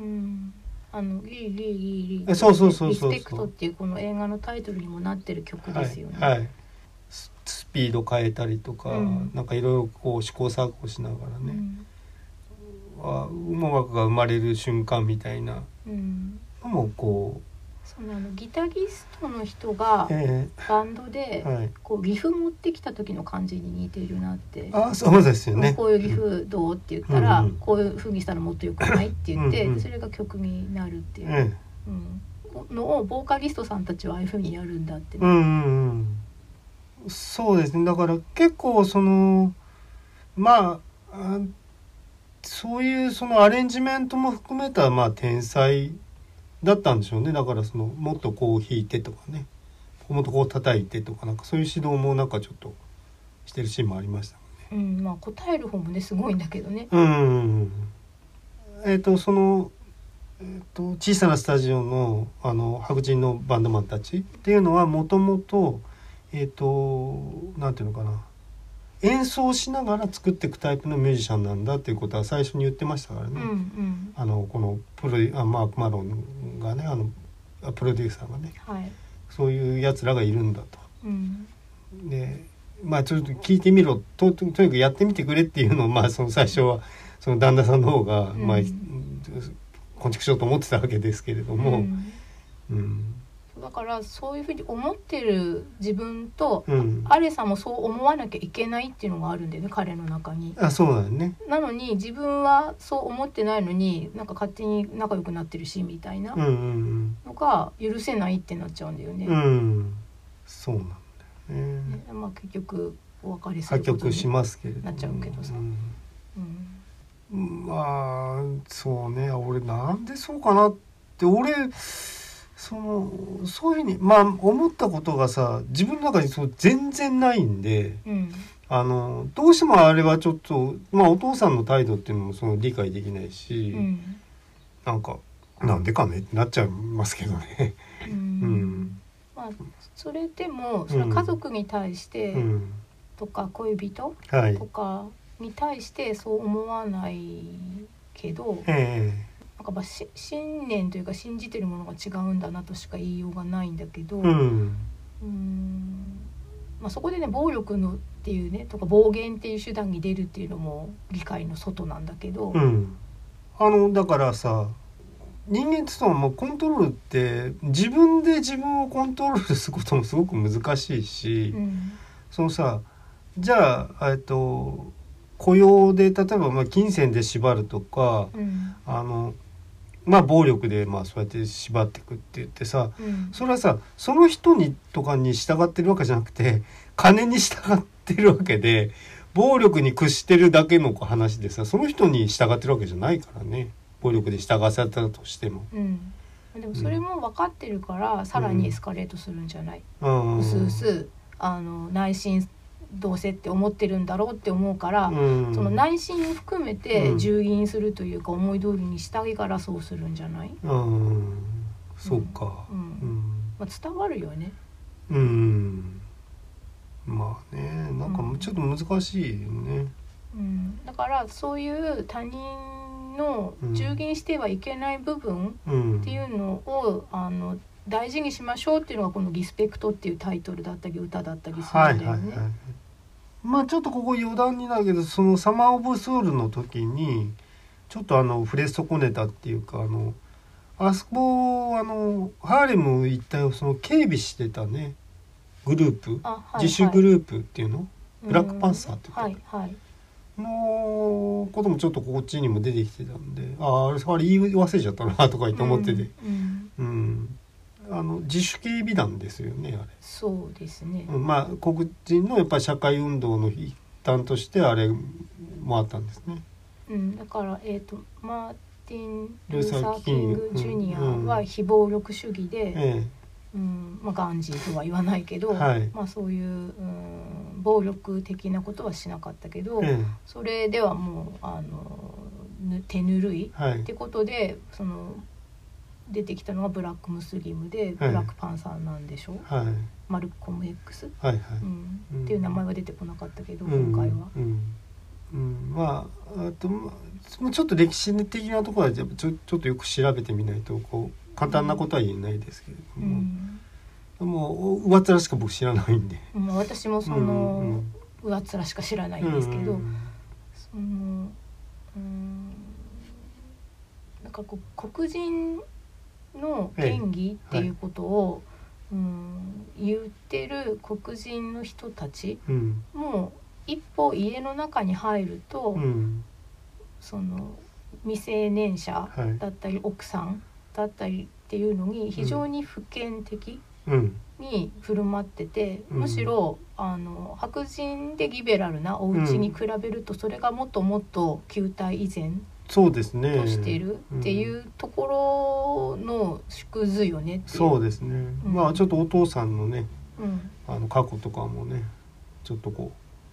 [SPEAKER 2] あのリーリーリーリー
[SPEAKER 1] そうそうそうそう
[SPEAKER 2] リスペクトっていうこの映画のタイトルにもなってる曲ですよね、
[SPEAKER 1] はい、はい、スピード変えたりとか、うん、なんかいろいろこう試行錯誤しながらね、うん、音楽が生まれる瞬間みたいなのもこう、
[SPEAKER 2] そのあのギタリストの人がバンドでこうリフ持ってきた時の感じに似てるなって、
[SPEAKER 1] あそうですよね、
[SPEAKER 2] こういうリフどうって言ったら、うん、こういう風にしたらもっと良くないって言って、うんうん、それが曲になるっていう、うんうん、のをボーカリストさんたちはああいう風にやるんだって、ね、うんうん
[SPEAKER 1] うん、そうですね。だから結構そのまあそういうそのアレンジメントも含めたまあ天才だったんでしょうね。だからそのもっとこう弾いてとかね、もっとこう叩いてとかなんかそういう指導もなんかちょっとしてるシーンもありましたもんね。
[SPEAKER 2] うん、まあ答える方もねすごいんだけどね。
[SPEAKER 1] うん。えっとその、えー、と小さなスタジオのあの白人のバンドマンたちっていうのはもともとえっ、となんていうのかな、演奏しながら作っていくタイプのミュージシャンなんだっていうことは最初に言ってましたからね。
[SPEAKER 2] うんうん、
[SPEAKER 1] あのこのプロデュあマーク・マロンがね、あのプロデューサーがね、
[SPEAKER 2] はい、
[SPEAKER 1] そういうやつらがいるんだと。
[SPEAKER 2] うん、
[SPEAKER 1] でまあちょっと聞いてみろ と, と, とにかくやってみてくれっていうのを、まあその最初はその旦那さんの方が、うん、まあこんちくしようと思ってたわけですけれども、うん
[SPEAKER 2] うん、だからそういうふうに思ってる自分と、うん、アレさんもそう思わなきゃいけないっていうのがあるんだよね、彼の中に。
[SPEAKER 1] あ、そうだね。
[SPEAKER 2] なのに自分はそう思ってないのになんか勝手に仲良くなってるしみたいなのが許せないってなっちゃうんだよね。
[SPEAKER 1] うんうん、そうなんだよね。
[SPEAKER 2] ね、まあ結局お別れすることになっちゃうけどさ。
[SPEAKER 1] うん、まあそうね、俺なんでそうかなって俺そのそういうふうにまあ思ったことがさ自分の中にそう全然ないんで、うん、あのどうしてもあれはちょっとまあお父さんの態度っていうのもその理解できないし、うん、なんかなんでかねってなっちゃいますけどね。
[SPEAKER 2] うん、うんまあ、それでもその家族に対してとか恋人とかに対してそう思わないけど、はい、なんかまあし信念というか信じてるものが違うんだなとしか言いようがないんだけど、うん、うーん、まあ、そこでね暴力のっていうねとか暴言っていう手段に出るっていうのも理解の外なんだけど、うん、
[SPEAKER 1] あのだからさ人間ってそのもうコントロールって自分で自分をコントロールすることもすごく難しいし、うん、そのさじゃあ、えっと、雇用で例えばまあ金銭で縛るとか、うん、あのまあ暴力でまあそうやって縛っていくって言ってさ、うん、それはさその人にとかに従ってるわけじゃなくて金に従ってるわけで暴力に屈してるだけの話でさその人に従ってるわけじゃないからね。暴力で従わせたとしても、
[SPEAKER 2] うん、でもそれも分かってるから、うん、さらにエスカレートするんじゃない、うん、うすうすあの内心どうせって思ってるんだろうって思うから、うん、その内心を含めて従銀するというか、思い通りにしたいからそうするんじゃない、
[SPEAKER 1] うん、そうか、うん
[SPEAKER 2] うんまあ、伝わるよね。
[SPEAKER 1] うん、まあねなんかちょっと難しいよね、
[SPEAKER 2] うん、だからそういう他人の従銀してはいけない部分っていうのを、うん、あの大事にしましょうっていうのがこのリスペクトっていうタイトルだったり歌だったりするんだよね、はいはいはい、
[SPEAKER 1] まあちょっとここ余談になるけどそのサマーオブソウルの時にちょっとあの触れ損ねたっていうかあのあそこあのハーレム一帯をその警備してたねグループ、はいはい、自主グループっていうのブラックパンサーっていうか、はいはいのこともちょっとこっちにも出てきてたんであああれ言い忘れちゃったなとか言って思ってて、うんうん、あの自主警備団ですよねあれ。
[SPEAKER 2] そうですね、
[SPEAKER 1] うん、まあ黒人のやっぱり社会運動の一端としてあれもあったんですね、
[SPEAKER 2] うん、だからえっ、ー、とマーティン・ルーサー・キング・ジュニアは非暴力主義で、うんうんうんまあ、ガンジーとは言わないけど、はいまあ、そういう、うん、暴力的なことはしなかったけど、うん、それではもうあの手ぬるい、はい、ってことでその出てきたのがブラックムスリムで、はい、ブラックパンサーなんでしょ、はい、マルコム X、はいはいうんうん、っていう名前は出てこなかったけど、うん、今回は、うん
[SPEAKER 1] うん、まああとちょっと歴史的なところはちょ、ちょっとよく調べてみないとこう簡単なことは言えないですけれども、うん、もう上っ面しか僕知らないんで、
[SPEAKER 2] うん、私もその、うんうん、上っ面しか知らないんですけど、うん、そのうんなんかこう黒人の権利っていうことを、はいうん、言ってる黒人の人たち、うん、もう一歩家の中に入ると、うん、その未成年者だったり、はい、奥さんだったりっていうのに非常に不健的に振る舞ってて、うん、むしろあの白人でリベラルなお家に比べるとそれがもっともっと旧態依然
[SPEAKER 1] そうですね
[SPEAKER 2] としてるっていうところの縮図よねっていう。
[SPEAKER 1] そうですね、うん、まあちょっとお父さんのね、うん、あの過去とかもねちょっとこ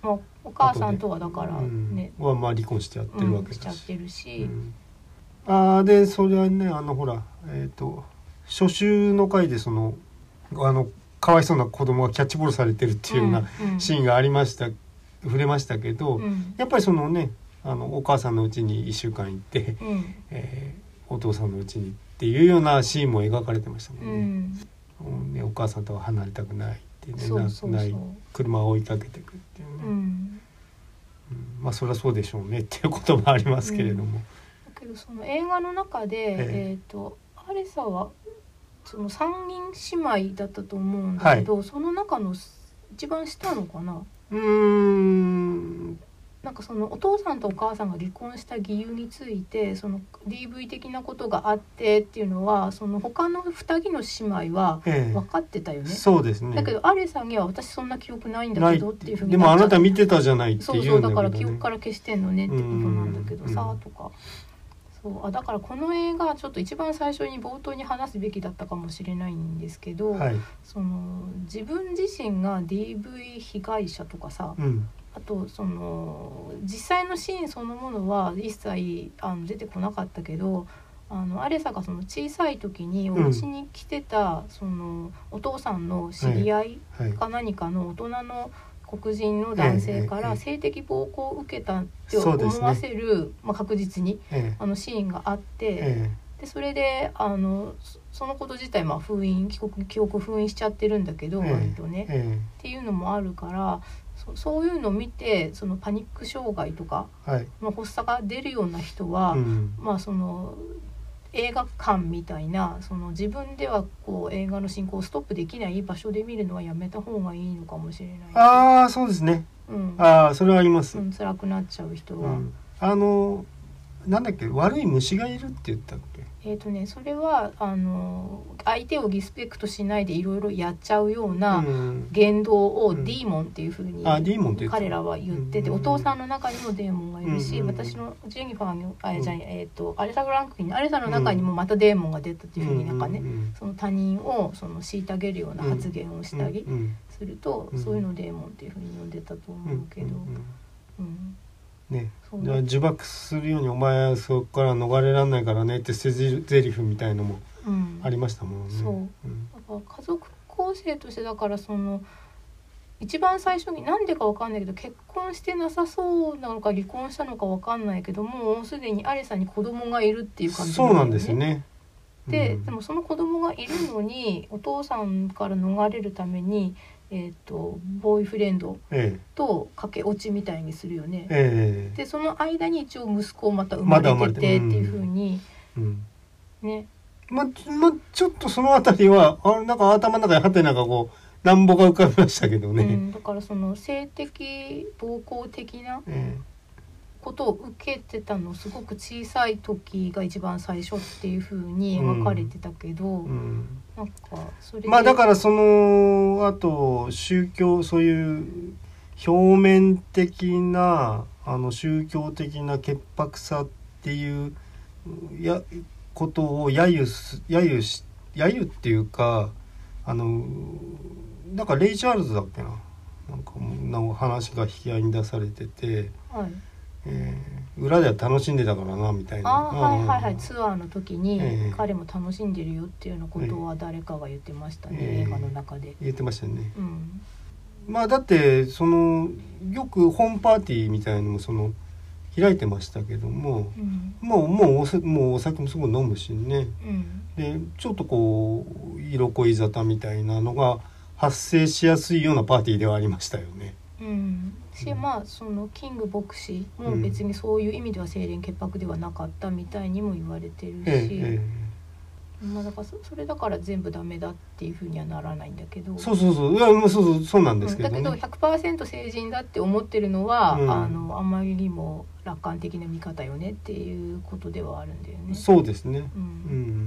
[SPEAKER 2] まあ、お母さんとはだからね、
[SPEAKER 1] うん、はまあ離婚してやってるわけだし、
[SPEAKER 2] うん、しちゃってるし、
[SPEAKER 1] うん、あでそれはねあのほらえっ、ー、と初秋の回でそのあのかわいそうな子供がキャッチボールされてるっていうようなシーンがありました、うんうん、触れましたけど、うん、やっぱりそのねあのお母さんのうちにいっしゅうかん行って、うんえー、お父さんのうちにっていうようなシーンも描かれてましたもんね。うんねお母さんとは離れたくないっていうね、そうそうそうない車を追いかけていくっていうね、うんうん、まあそれはそうでしょうねっていうこともありますけれども、うん、
[SPEAKER 2] だけどその映画の中で、えーえー、とアレサはそのさんにん姉妹だったと思うんだけど、はい、その中の一番下のかな。
[SPEAKER 1] うーん
[SPEAKER 2] なんかそのお父さんとお母さんが離婚した理由についてその ディーブイ 的なことがあってっていうのはその他のふたりの姉妹は分かってたよね、ええ、
[SPEAKER 1] そうですね。
[SPEAKER 2] だけどアレさんには私そんな記憶ないんだけどっていうふうになっちゃって、
[SPEAKER 1] でもあなた見てたじゃないっていうんだけどね、
[SPEAKER 2] そうそうだから記憶から消してんのねってことなんだけどさとか、そうあだからこの映画ちょっと一番最初に冒頭に話すべきだったかもしれないんですけど、はい、その自分自身が ディーブイ 被害者とかさ、うんあとその実際のシーンそのものは一切あの出てこなかったけどあのアレサがその小さい時にお家に来てた、うん、そのお父さんの知り合いか何かの大人の黒人の男性から性的暴行を受けたって思わせる、ねまあ、確実に、ええ、あのシーンがあって、ええ、でそれであのそのこと自体まあ封印記憶、記憶封印しちゃってるんだけど、ええ、割とね、ええ、っていうのもあるからそ, そういうのを見てそのパニック障害とかの発作が出るような人は、はいうんまあ、その映画館みたいなその自分ではこう映画の進行をストップできない場所で見るのはやめた方がいいのかもしれない。
[SPEAKER 1] ああそうですね、うん、ああそれはあります、
[SPEAKER 2] うん、辛くなっちゃう人は、うん、
[SPEAKER 1] あのなんだっけ悪い虫がいるって言ったっけ。
[SPEAKER 2] えーとね、それはあの相手をリスペクトしないでいろいろやっちゃうような言動をディーモンっていうふうに彼らは言ってて、お父さんの中にもデーモンがいるし、私のジェニファーのあれじゃ、えーとアレサ・フランクリンのアレサの中にもまたデーモンが出たっていうふうになんかね、その他人をその虐げるような発言をしたりすると、そういうのをデーモンっていうふうに呼んでたと思うけど、うん
[SPEAKER 1] ね、じゃあ呪縛するようにお前はそこから逃れられないからねって捨てゼリフみたいのもありましたもんね、うん、そう、うん、
[SPEAKER 2] だから家族構成としてだからその一番最初になんでか分かんないけど結婚してなさそうなのか離婚したのか分かんないけどもうすでにアレサに子供がいるっていう感じ
[SPEAKER 1] なんだよね。そうなんですよね。
[SPEAKER 2] で、うん、でもその子供がいるのにお父さんから逃れるためにえー、とボーイフレンドと駆け落ちみたいにするよね、ええ、でその間に一応息子をまた生まれててっていう風に、うんうん、ね
[SPEAKER 1] ま、まちょっとそのあたりはあなんか頭の中にハテナがこうなんぼが浮かびましたけどね、うん、
[SPEAKER 2] だからその性的暴行的なことを受けてたのすごく小さい時が一番最初っていう風に描かれてたけど、うんうんなんかそれで
[SPEAKER 1] まあだからそのあと宗教そういう表面的なあの宗教的な潔白さっていうやことを揶揄す揶揄し揶揄っていうかあのなんかレイ・チャールズだっけななんかの話が引き合いに出されてて、はいえー、裏では楽しんでたからなみたいな
[SPEAKER 2] あはいはいはいツアーの時に、えー、彼も楽しんでるよっていうようなことは誰かが言ってましたね、えー、映画の中で
[SPEAKER 1] 言ってましたね、うん、まあだってそのよくホームパーティーみたいなのもその開いてましたけども、うん、もうもう お, もうお酒もすごい飲むしね、うん、でちょっとこう色恋沙汰みたいなのが発生しやすいようなパーティーではありましたよね。
[SPEAKER 2] うんしまあそのキング牧師も別にそういう意味では清廉潔白ではなかったみたいにも言われてるし、ええまあ、だから そ, それだから全部ダメだっていうふうにはならないんだけど
[SPEAKER 1] そうそうそういやそうそうそうなんですけど、ね、
[SPEAKER 2] だけど ひゃくパーセント 成人だって思ってるのは、うん、あのあまりにも楽観的な見方よねっていうことではあるんだよね。
[SPEAKER 1] そうですね、うんうん、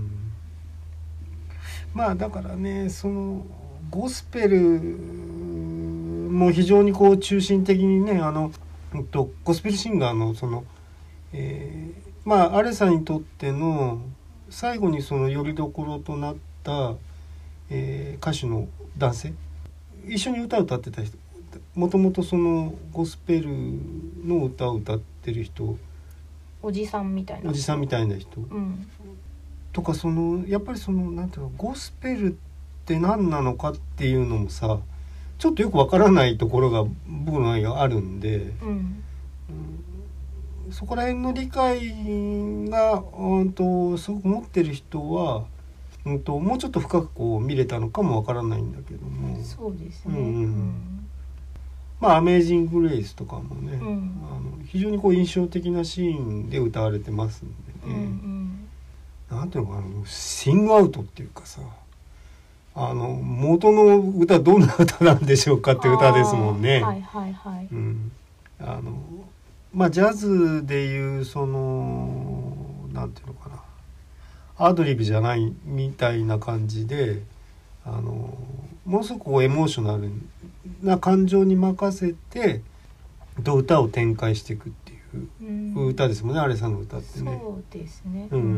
[SPEAKER 1] まあだからねそのゴスペルもう非常にこう中心的にねあの、えっと、ゴスペルシンガーのその、えー、まあアレサにとっての最後にその拠り所となった、えー、歌手の男性一緒に歌を歌ってた人もともとそのゴスペルの歌を歌ってる人、
[SPEAKER 2] おじさんみたいな
[SPEAKER 1] おじさんみたいな人、
[SPEAKER 2] うん、
[SPEAKER 1] とかそのやっぱりそのなんていうのゴスペルって何なのかっていうのもさちょっとよくわからないところが僕の中にはあるんで、
[SPEAKER 2] うん、
[SPEAKER 1] そこら辺の理解が、うんと、すごく持ってる人は、うんと、もうちょっと深くこう見れたのかもわからないんだけども、
[SPEAKER 2] そうですね、
[SPEAKER 1] うんうん
[SPEAKER 2] うん、
[SPEAKER 1] まあ「アメージング・グレイス」とかもね、
[SPEAKER 2] うん、
[SPEAKER 1] あの非常にこう印象的なシーンで歌われてますんでね、
[SPEAKER 2] うん
[SPEAKER 1] うん、なんていうのかなシングアウトっていうかさあの元の歌どんな歌なんでしょうかっていう歌ですもんね。
[SPEAKER 2] はいはいはい、
[SPEAKER 1] うん、あのまあジャズでいうそのなんていうのかなアドリブじゃないみたいな感じであのものすごくこうエモーショナルな感情に任せて歌を展開していくっていう歌ですもんね、うん、アレサの歌ってね。
[SPEAKER 2] そうですね、
[SPEAKER 1] うんうん、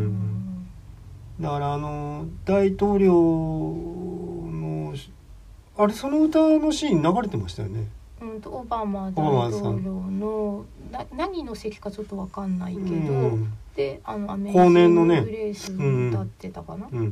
[SPEAKER 1] だからあの大統領のあれその歌のシーン流れてましたよね。
[SPEAKER 2] うんとオバマ大統領のな何の席かちょっと分かんないけど、うん、であのアメリカのグレース歌ってたかな、うんうん、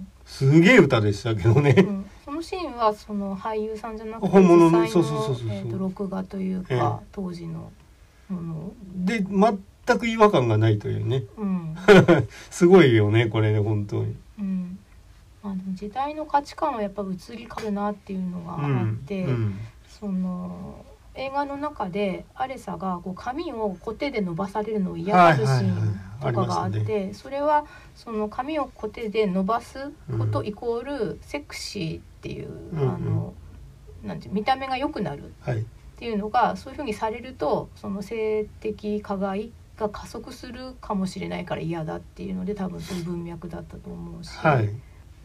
[SPEAKER 1] すげえ歌でしたけどね、うん、
[SPEAKER 2] そのシーンはその俳優さんじゃなくて
[SPEAKER 1] 本物の
[SPEAKER 2] 実際の録画というか、えー、当時のもの
[SPEAKER 1] で全く違和感がないというね、
[SPEAKER 2] うん、
[SPEAKER 1] すごいよねこれね本当に、
[SPEAKER 2] うんまあ、でも時代の価値観はやっぱ移り変わるなっていうのがあって、うんうん、その映画の中でアレサがこう髪をコテで伸ばされるのを嫌がるシーンとかがあって、はいはいはいね、それはその髪をコテで伸ばすことイコールセクシーっていう、うん、あのなんていう見た目が良くなるっていうのが、はい、そういうふうにされるとその性的加害が加速するかもしれないから嫌だっていうので多分そういう文脈だったと思うし、
[SPEAKER 1] はいうん、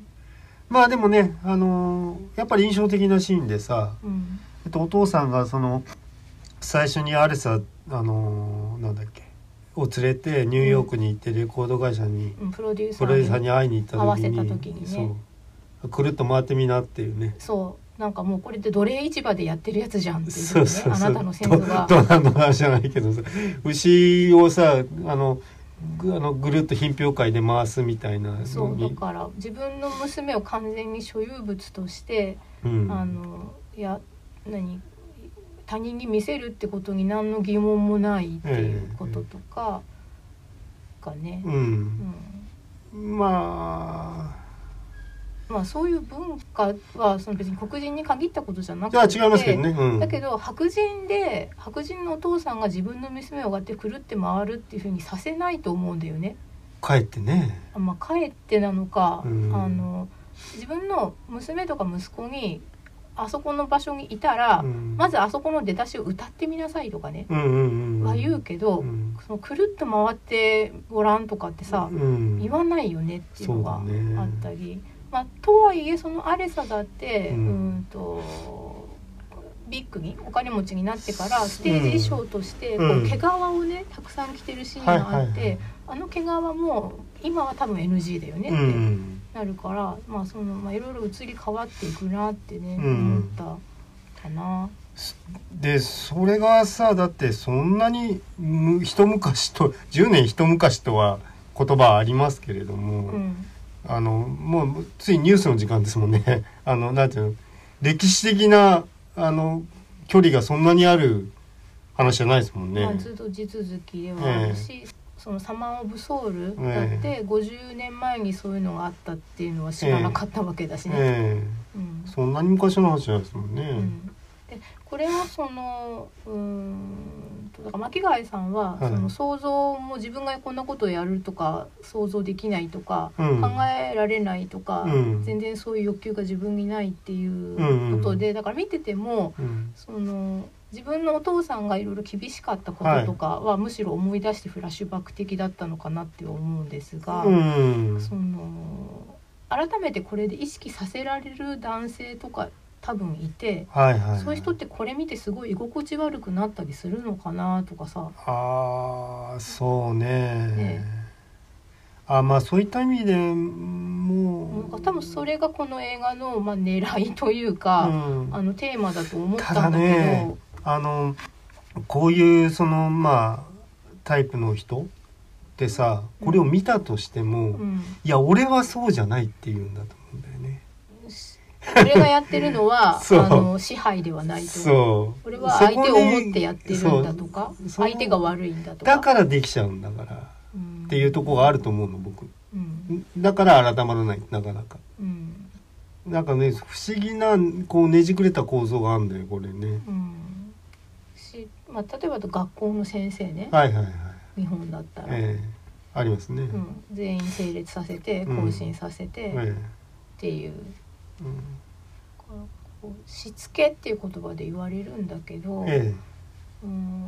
[SPEAKER 1] まあでもね、あのー、やっぱり印象的なシーンでさ、うんえっと、お父さんがその最初にアレサ、あのー、なんだっけを連れてニューヨークに行ってレコード会社に、
[SPEAKER 2] うん、プロデュー
[SPEAKER 1] サーに会いに行った時に、
[SPEAKER 2] 合わせた時にね
[SPEAKER 1] そうくるっと回ってみなっていうね
[SPEAKER 2] そうなんかもうこれって奴隷市場でやってるやつじゃんっていうね、そうそうそうあなたの先祖が
[SPEAKER 1] どどの話じゃないけどさ牛をさあのぐ, あのぐるっと品評会で回すみたいな
[SPEAKER 2] そうだから自分の娘を完全に所有物として、うん、あのいや何他人に見せるってことに何の疑問もないっていうこととかがね、えーうん
[SPEAKER 1] うん、まあ
[SPEAKER 2] まあそういう文化はその別に黒人に限ったことじゃなくて、
[SPEAKER 1] いや違いますけどね、うん、
[SPEAKER 2] だけど白人で白人のお父さんが自分の娘を上がってくるって回るっていう風にさせないと思うんだよね。
[SPEAKER 1] かえってね。
[SPEAKER 2] あ、まあ、かえってなのか、うん、あの自分の娘とか息子にあそこの場所にいたら、うん、まずあそこの出だしを歌ってみなさいとかね、うんうんうん、は言うけど、うん、そのくるっと回ってごらんとかってさ、うん、言わないよねっていうのがあったり。まあ、とはいえそのアレサだって、うん、うんとビッグにお金持ちになってからステージ衣装としてこう毛皮をねたくさん着てるシーンがあって、はいはいはい、あの毛皮も今は多分 エヌジー だよねってなるから、うん、まあそのまあいろいろ移り変わっていくなってね、うん、思ったかな。
[SPEAKER 1] でそれがさだってそんなに一昔とじゅうねん一昔とは言葉ありますけれども、うんあのもうついニュースの時間ですもんねあのなんていうの歴史的なあの距離がそんなにある話じゃないですもんね、
[SPEAKER 2] まあ、ずっと地続きではあるし、えー、そのサマー・オブ・ソウルだってごじゅうねんまえにそういうのがあったっていうのは知らなかったわけだしね、え
[SPEAKER 1] ーうん、そんなに昔の話じゃないですもんね、
[SPEAKER 2] うんでこれはそのうーんとだから巻貝さんは、はい、その想像も自分がこんなことをやるとか想像できないとか、うん、考えられないとか、うん、全然そういう欲求が自分にないっていうことで、うん、だから見てても、うん、その自分のお父さんがいろいろ厳しかったこととかは、はい、むしろ思い出してフラッシュバック的だったのかなって思うんですが、その改めてこれで意識させられる男性とか多分いて、はいはいはい、そういう人ってこれ見てすごい居心地悪くなったりするのかなとかさ
[SPEAKER 1] あそう ね, ねあまあそういった意味でも
[SPEAKER 2] う多分それがこの映画の、まあ、狙いというか、うん、あのテーマだと思ったんだけど、ね、
[SPEAKER 1] あのこういうそのまあタイプの人ってさ、これを見たとしても、うん、いや俺はそうじゃないって言うんだと思うんだよね。
[SPEAKER 2] 俺がやってるのはあの支配ではないと。そう。俺は相手を思ってやってるんだとか、相手が悪いんだとか。
[SPEAKER 1] だからできちゃうんだから、うん、っていうところがあると思うの僕。うん、だから改まらないなかなか。うん、なんかね不思議なこうねじくれた構造があるんだよこれね。うん、
[SPEAKER 2] し、まあ例えば学校の先生ね。
[SPEAKER 1] はいはいはい。
[SPEAKER 2] 日本だったら。
[SPEAKER 1] えー、ありますね、
[SPEAKER 2] うん。全員整列させて更新させて、うん、っていう。うん、こうしつけっていう言葉で言われるんだけど、ええ、うん、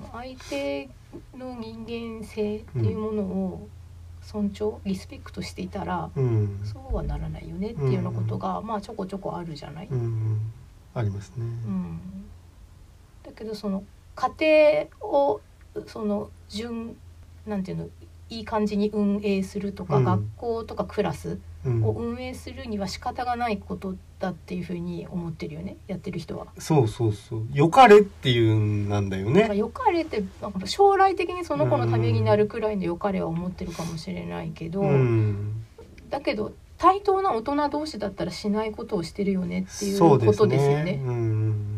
[SPEAKER 2] 相手の人間性っていうものを尊重、リスペクトしていたら、うん、そうはならないよねっていうようなことが、うん、まあちょこちょこあるじゃない、うん、
[SPEAKER 1] ありますね、
[SPEAKER 2] うん、だけどその家庭をその順なんていうのいい感じに運営するとか、うん、学校とかクラスを運営するには仕方がないことだっていうふうに思ってるよね、やってる人は。
[SPEAKER 1] そうそうそう、よかれっていうんなんだよね。
[SPEAKER 2] よかれってなんか将来的にその子のためになるくらいのよかれは思ってるかもしれないけど、うん、だけど対等な大人同士だったらしないことをしてるよねっていうことですよね。
[SPEAKER 1] うん、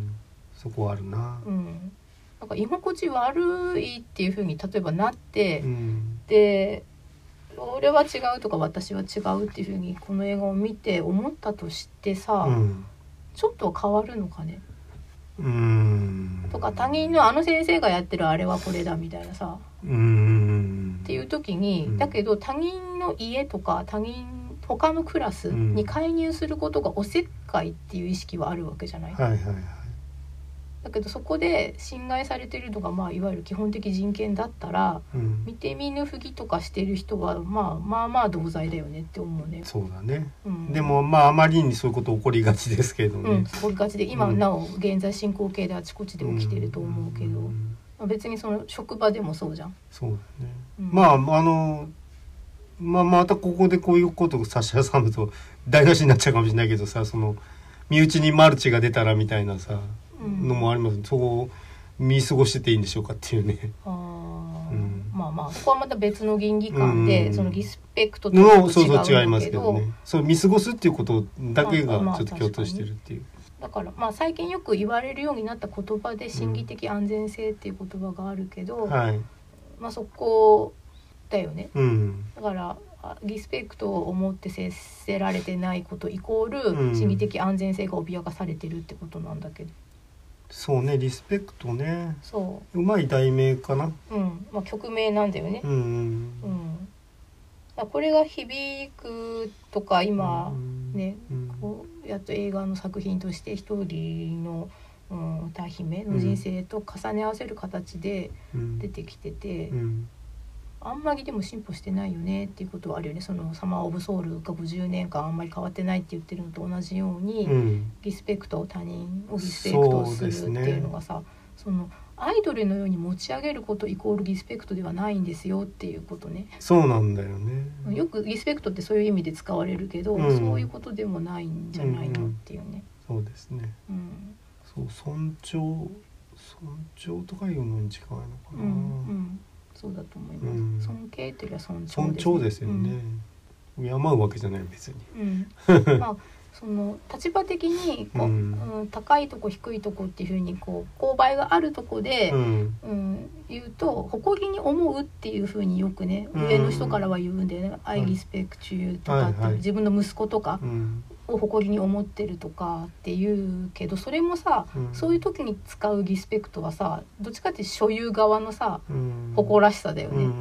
[SPEAKER 1] そこはあるな。
[SPEAKER 2] うん、なんか居心地悪いっていうふうに例えばなって、うん、で俺は違うとか私は違うっていう風にこの映画を見て思ったとしてさ、うん、ちょっと変わるのかね。うーんとか他人のあの先生がやってるあれはこれだみたいなさ、うーんっていう時に、うん、だけど他人の家とか他人他のクラスに介入することがおせっかいっていう意識はあるわけじゃない、はいはいはい、だけどそこで侵害されてるのが、まあ、いわゆる基本的人権だったら、うん、見て見ぬふりとかしてる人は、まあ、まあまあ同罪だよねって思うね。
[SPEAKER 1] そうだね、うん、でもまああまりにそういうこと起こりがちですけどね、うん、
[SPEAKER 2] 起こりがちで今なお現在進行形であちこちで起きてると思うけど、うんまあ、別にその職場でもそうじゃん。
[SPEAKER 1] そうだね、うん、まああのまあ、またここでこういうことを差し挟むと台無しになっちゃうかもしれないけどさ、その身内にマルチが出たらみたいなさ、うん、のもあります。そこを見過ごしてていいんでしょうかっていうね。あ、
[SPEAKER 2] うん、まあまあそこはまた別の倫理観で、うん、そのリスペクトとは違うんだけど、
[SPEAKER 1] そうそう違いますけどね。そう見過ごすっていうことだけがちょっと共通してるっていう。
[SPEAKER 2] だからまあ最近よく言われるようになった言葉で心理的安全性っていう言葉があるけど、うんはい、まあそこだよね、うん、だからリスペクトを思って接せられてないことイコール心理的安全性が脅かされてるってことなんだけど、うん、
[SPEAKER 1] そうね、リスペクトね、そううまい題名かな、
[SPEAKER 2] うんまあ、曲名なんだよね、うんうんうん、これが響くとか今ね、うん、こうやっと映画の作品として一人の、うん、歌姫の人生と重ね合わせる形で出てきてて、うんうんあんまりでも進歩してないよねっていうことはあるよね。そのサマーオブソウルがごじゅうねんかんあんまり変わってないって言ってるのと同じように、うん、リスペクトを他人をリスペクトするっていうのがさ、そのアイドルのように持ち上げることイコールリスペクトではないんですよっていうことね。
[SPEAKER 1] そうなんだよね。
[SPEAKER 2] よくリスペクトってそういう意味で使われるけど、うん、そういうことでもないんじゃないのっていうね、
[SPEAKER 1] うんうん、そうですね、うん、そう尊重尊重とかいうのに近いのかな、うんうん
[SPEAKER 2] そうだと思います、うん、尊敬というよりは尊重ですね。
[SPEAKER 1] 尊重ですよね、うん、敬うわけじゃない別に、
[SPEAKER 2] うんまあ、その立場的にこう、うんうん、高いとこ低いとこっていうふうにこう勾配があるとこで、うんうん、言うと誇りに思うっていうふうによくね、うん、上の人からは言うんでね、うん、I respect you とかって、はいはい、自分の息子とか、うんを誇りに思ってるとかっていうけど、それもさ、うん、そういう時に使うリスペクトはさどっちかって所有側のさ、うん、誇らしさだよね、うんうん、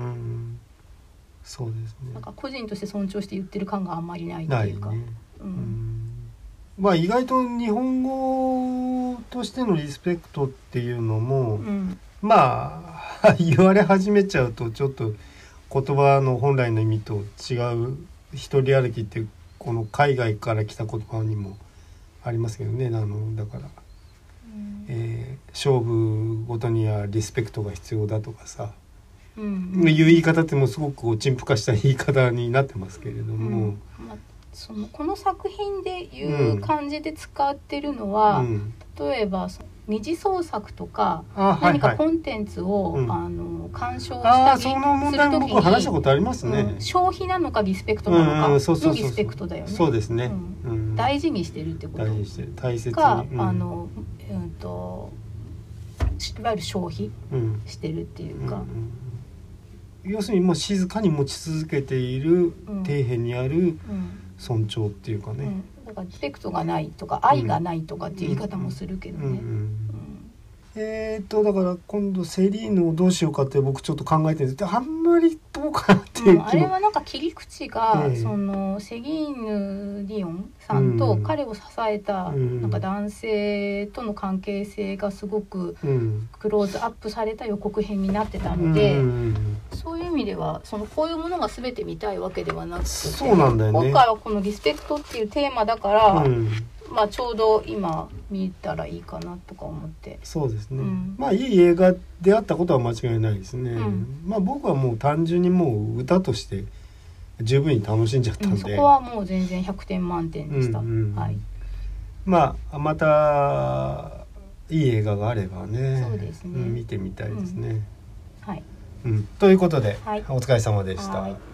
[SPEAKER 1] そうですね。
[SPEAKER 2] なんか個人として尊重して言ってる感があんまりないっていうか、ねうん
[SPEAKER 1] うん、まあ意外と日本語としてのリスペクトっていうのも、うん、まあ言われ始めちゃうとちょっと言葉の本来の意味と違う一人歩きっていうこの海外から来た言葉にもありますけどね。あのだから、うんえー、勝負ごとにはリスペクトが必要だとかさ、うんうん、いう言い方ってもすごくこう陳腐化した言い方になってますけれども、うん
[SPEAKER 2] まあ、 そのこの作品でいう感じで使ってるのは、うん、例えば二次創作とか何かコンテンツを、はいはい、あの鑑賞したりするときに、
[SPEAKER 1] 話したことありますね、
[SPEAKER 2] うん、消費なのかリスペクトなのかのリスペクトだよね。
[SPEAKER 1] そうですね、
[SPEAKER 2] うんうん、大事にしてるってこと
[SPEAKER 1] 大事にしてる、大切に、
[SPEAKER 2] か、うん、あの、うんといわゆる消費してるっていうか、うんうん
[SPEAKER 1] うん、要するにもう静かに持ち続けている、うん、底辺にある尊重っていうかね、うん、
[SPEAKER 2] だからリスペクトがないとか愛がないとかっていう言い方もするけどね、うんうんうん、
[SPEAKER 1] えーとだから今度セリーヌをどうしようかって僕ちょっと考えてるんですけど、あんまりどうかなっていう気も、うん、
[SPEAKER 2] あれはなんか切り口が、えー、そのセギーヌ・ディオンさんと彼を支えたなんか男性との関係性がすごくクローズアップされた予告編になってたので、うん、そういう意味ではそのこういうものが全て見たいわけではなくて、
[SPEAKER 1] そうなんだよね、
[SPEAKER 2] 今回はこのリスペクトっていうテーマだから、うん、まあちょうど今見たらいいかなとか思って。
[SPEAKER 1] そうですね、うん、まあいい映画であったことは間違いないですね、うん、まあ僕はもう単純にもう歌として十分に楽しんじゃったんで、うん、
[SPEAKER 2] そこはもう全然ひゃくてん満点でした、うんうん、はい、
[SPEAKER 1] まあまたいい映画があればね、
[SPEAKER 2] そうですね、
[SPEAKER 1] 見てみたいですね、
[SPEAKER 2] うん、はい、
[SPEAKER 1] うん、ということで、
[SPEAKER 2] はい、
[SPEAKER 1] お疲れ様でした。
[SPEAKER 2] はい。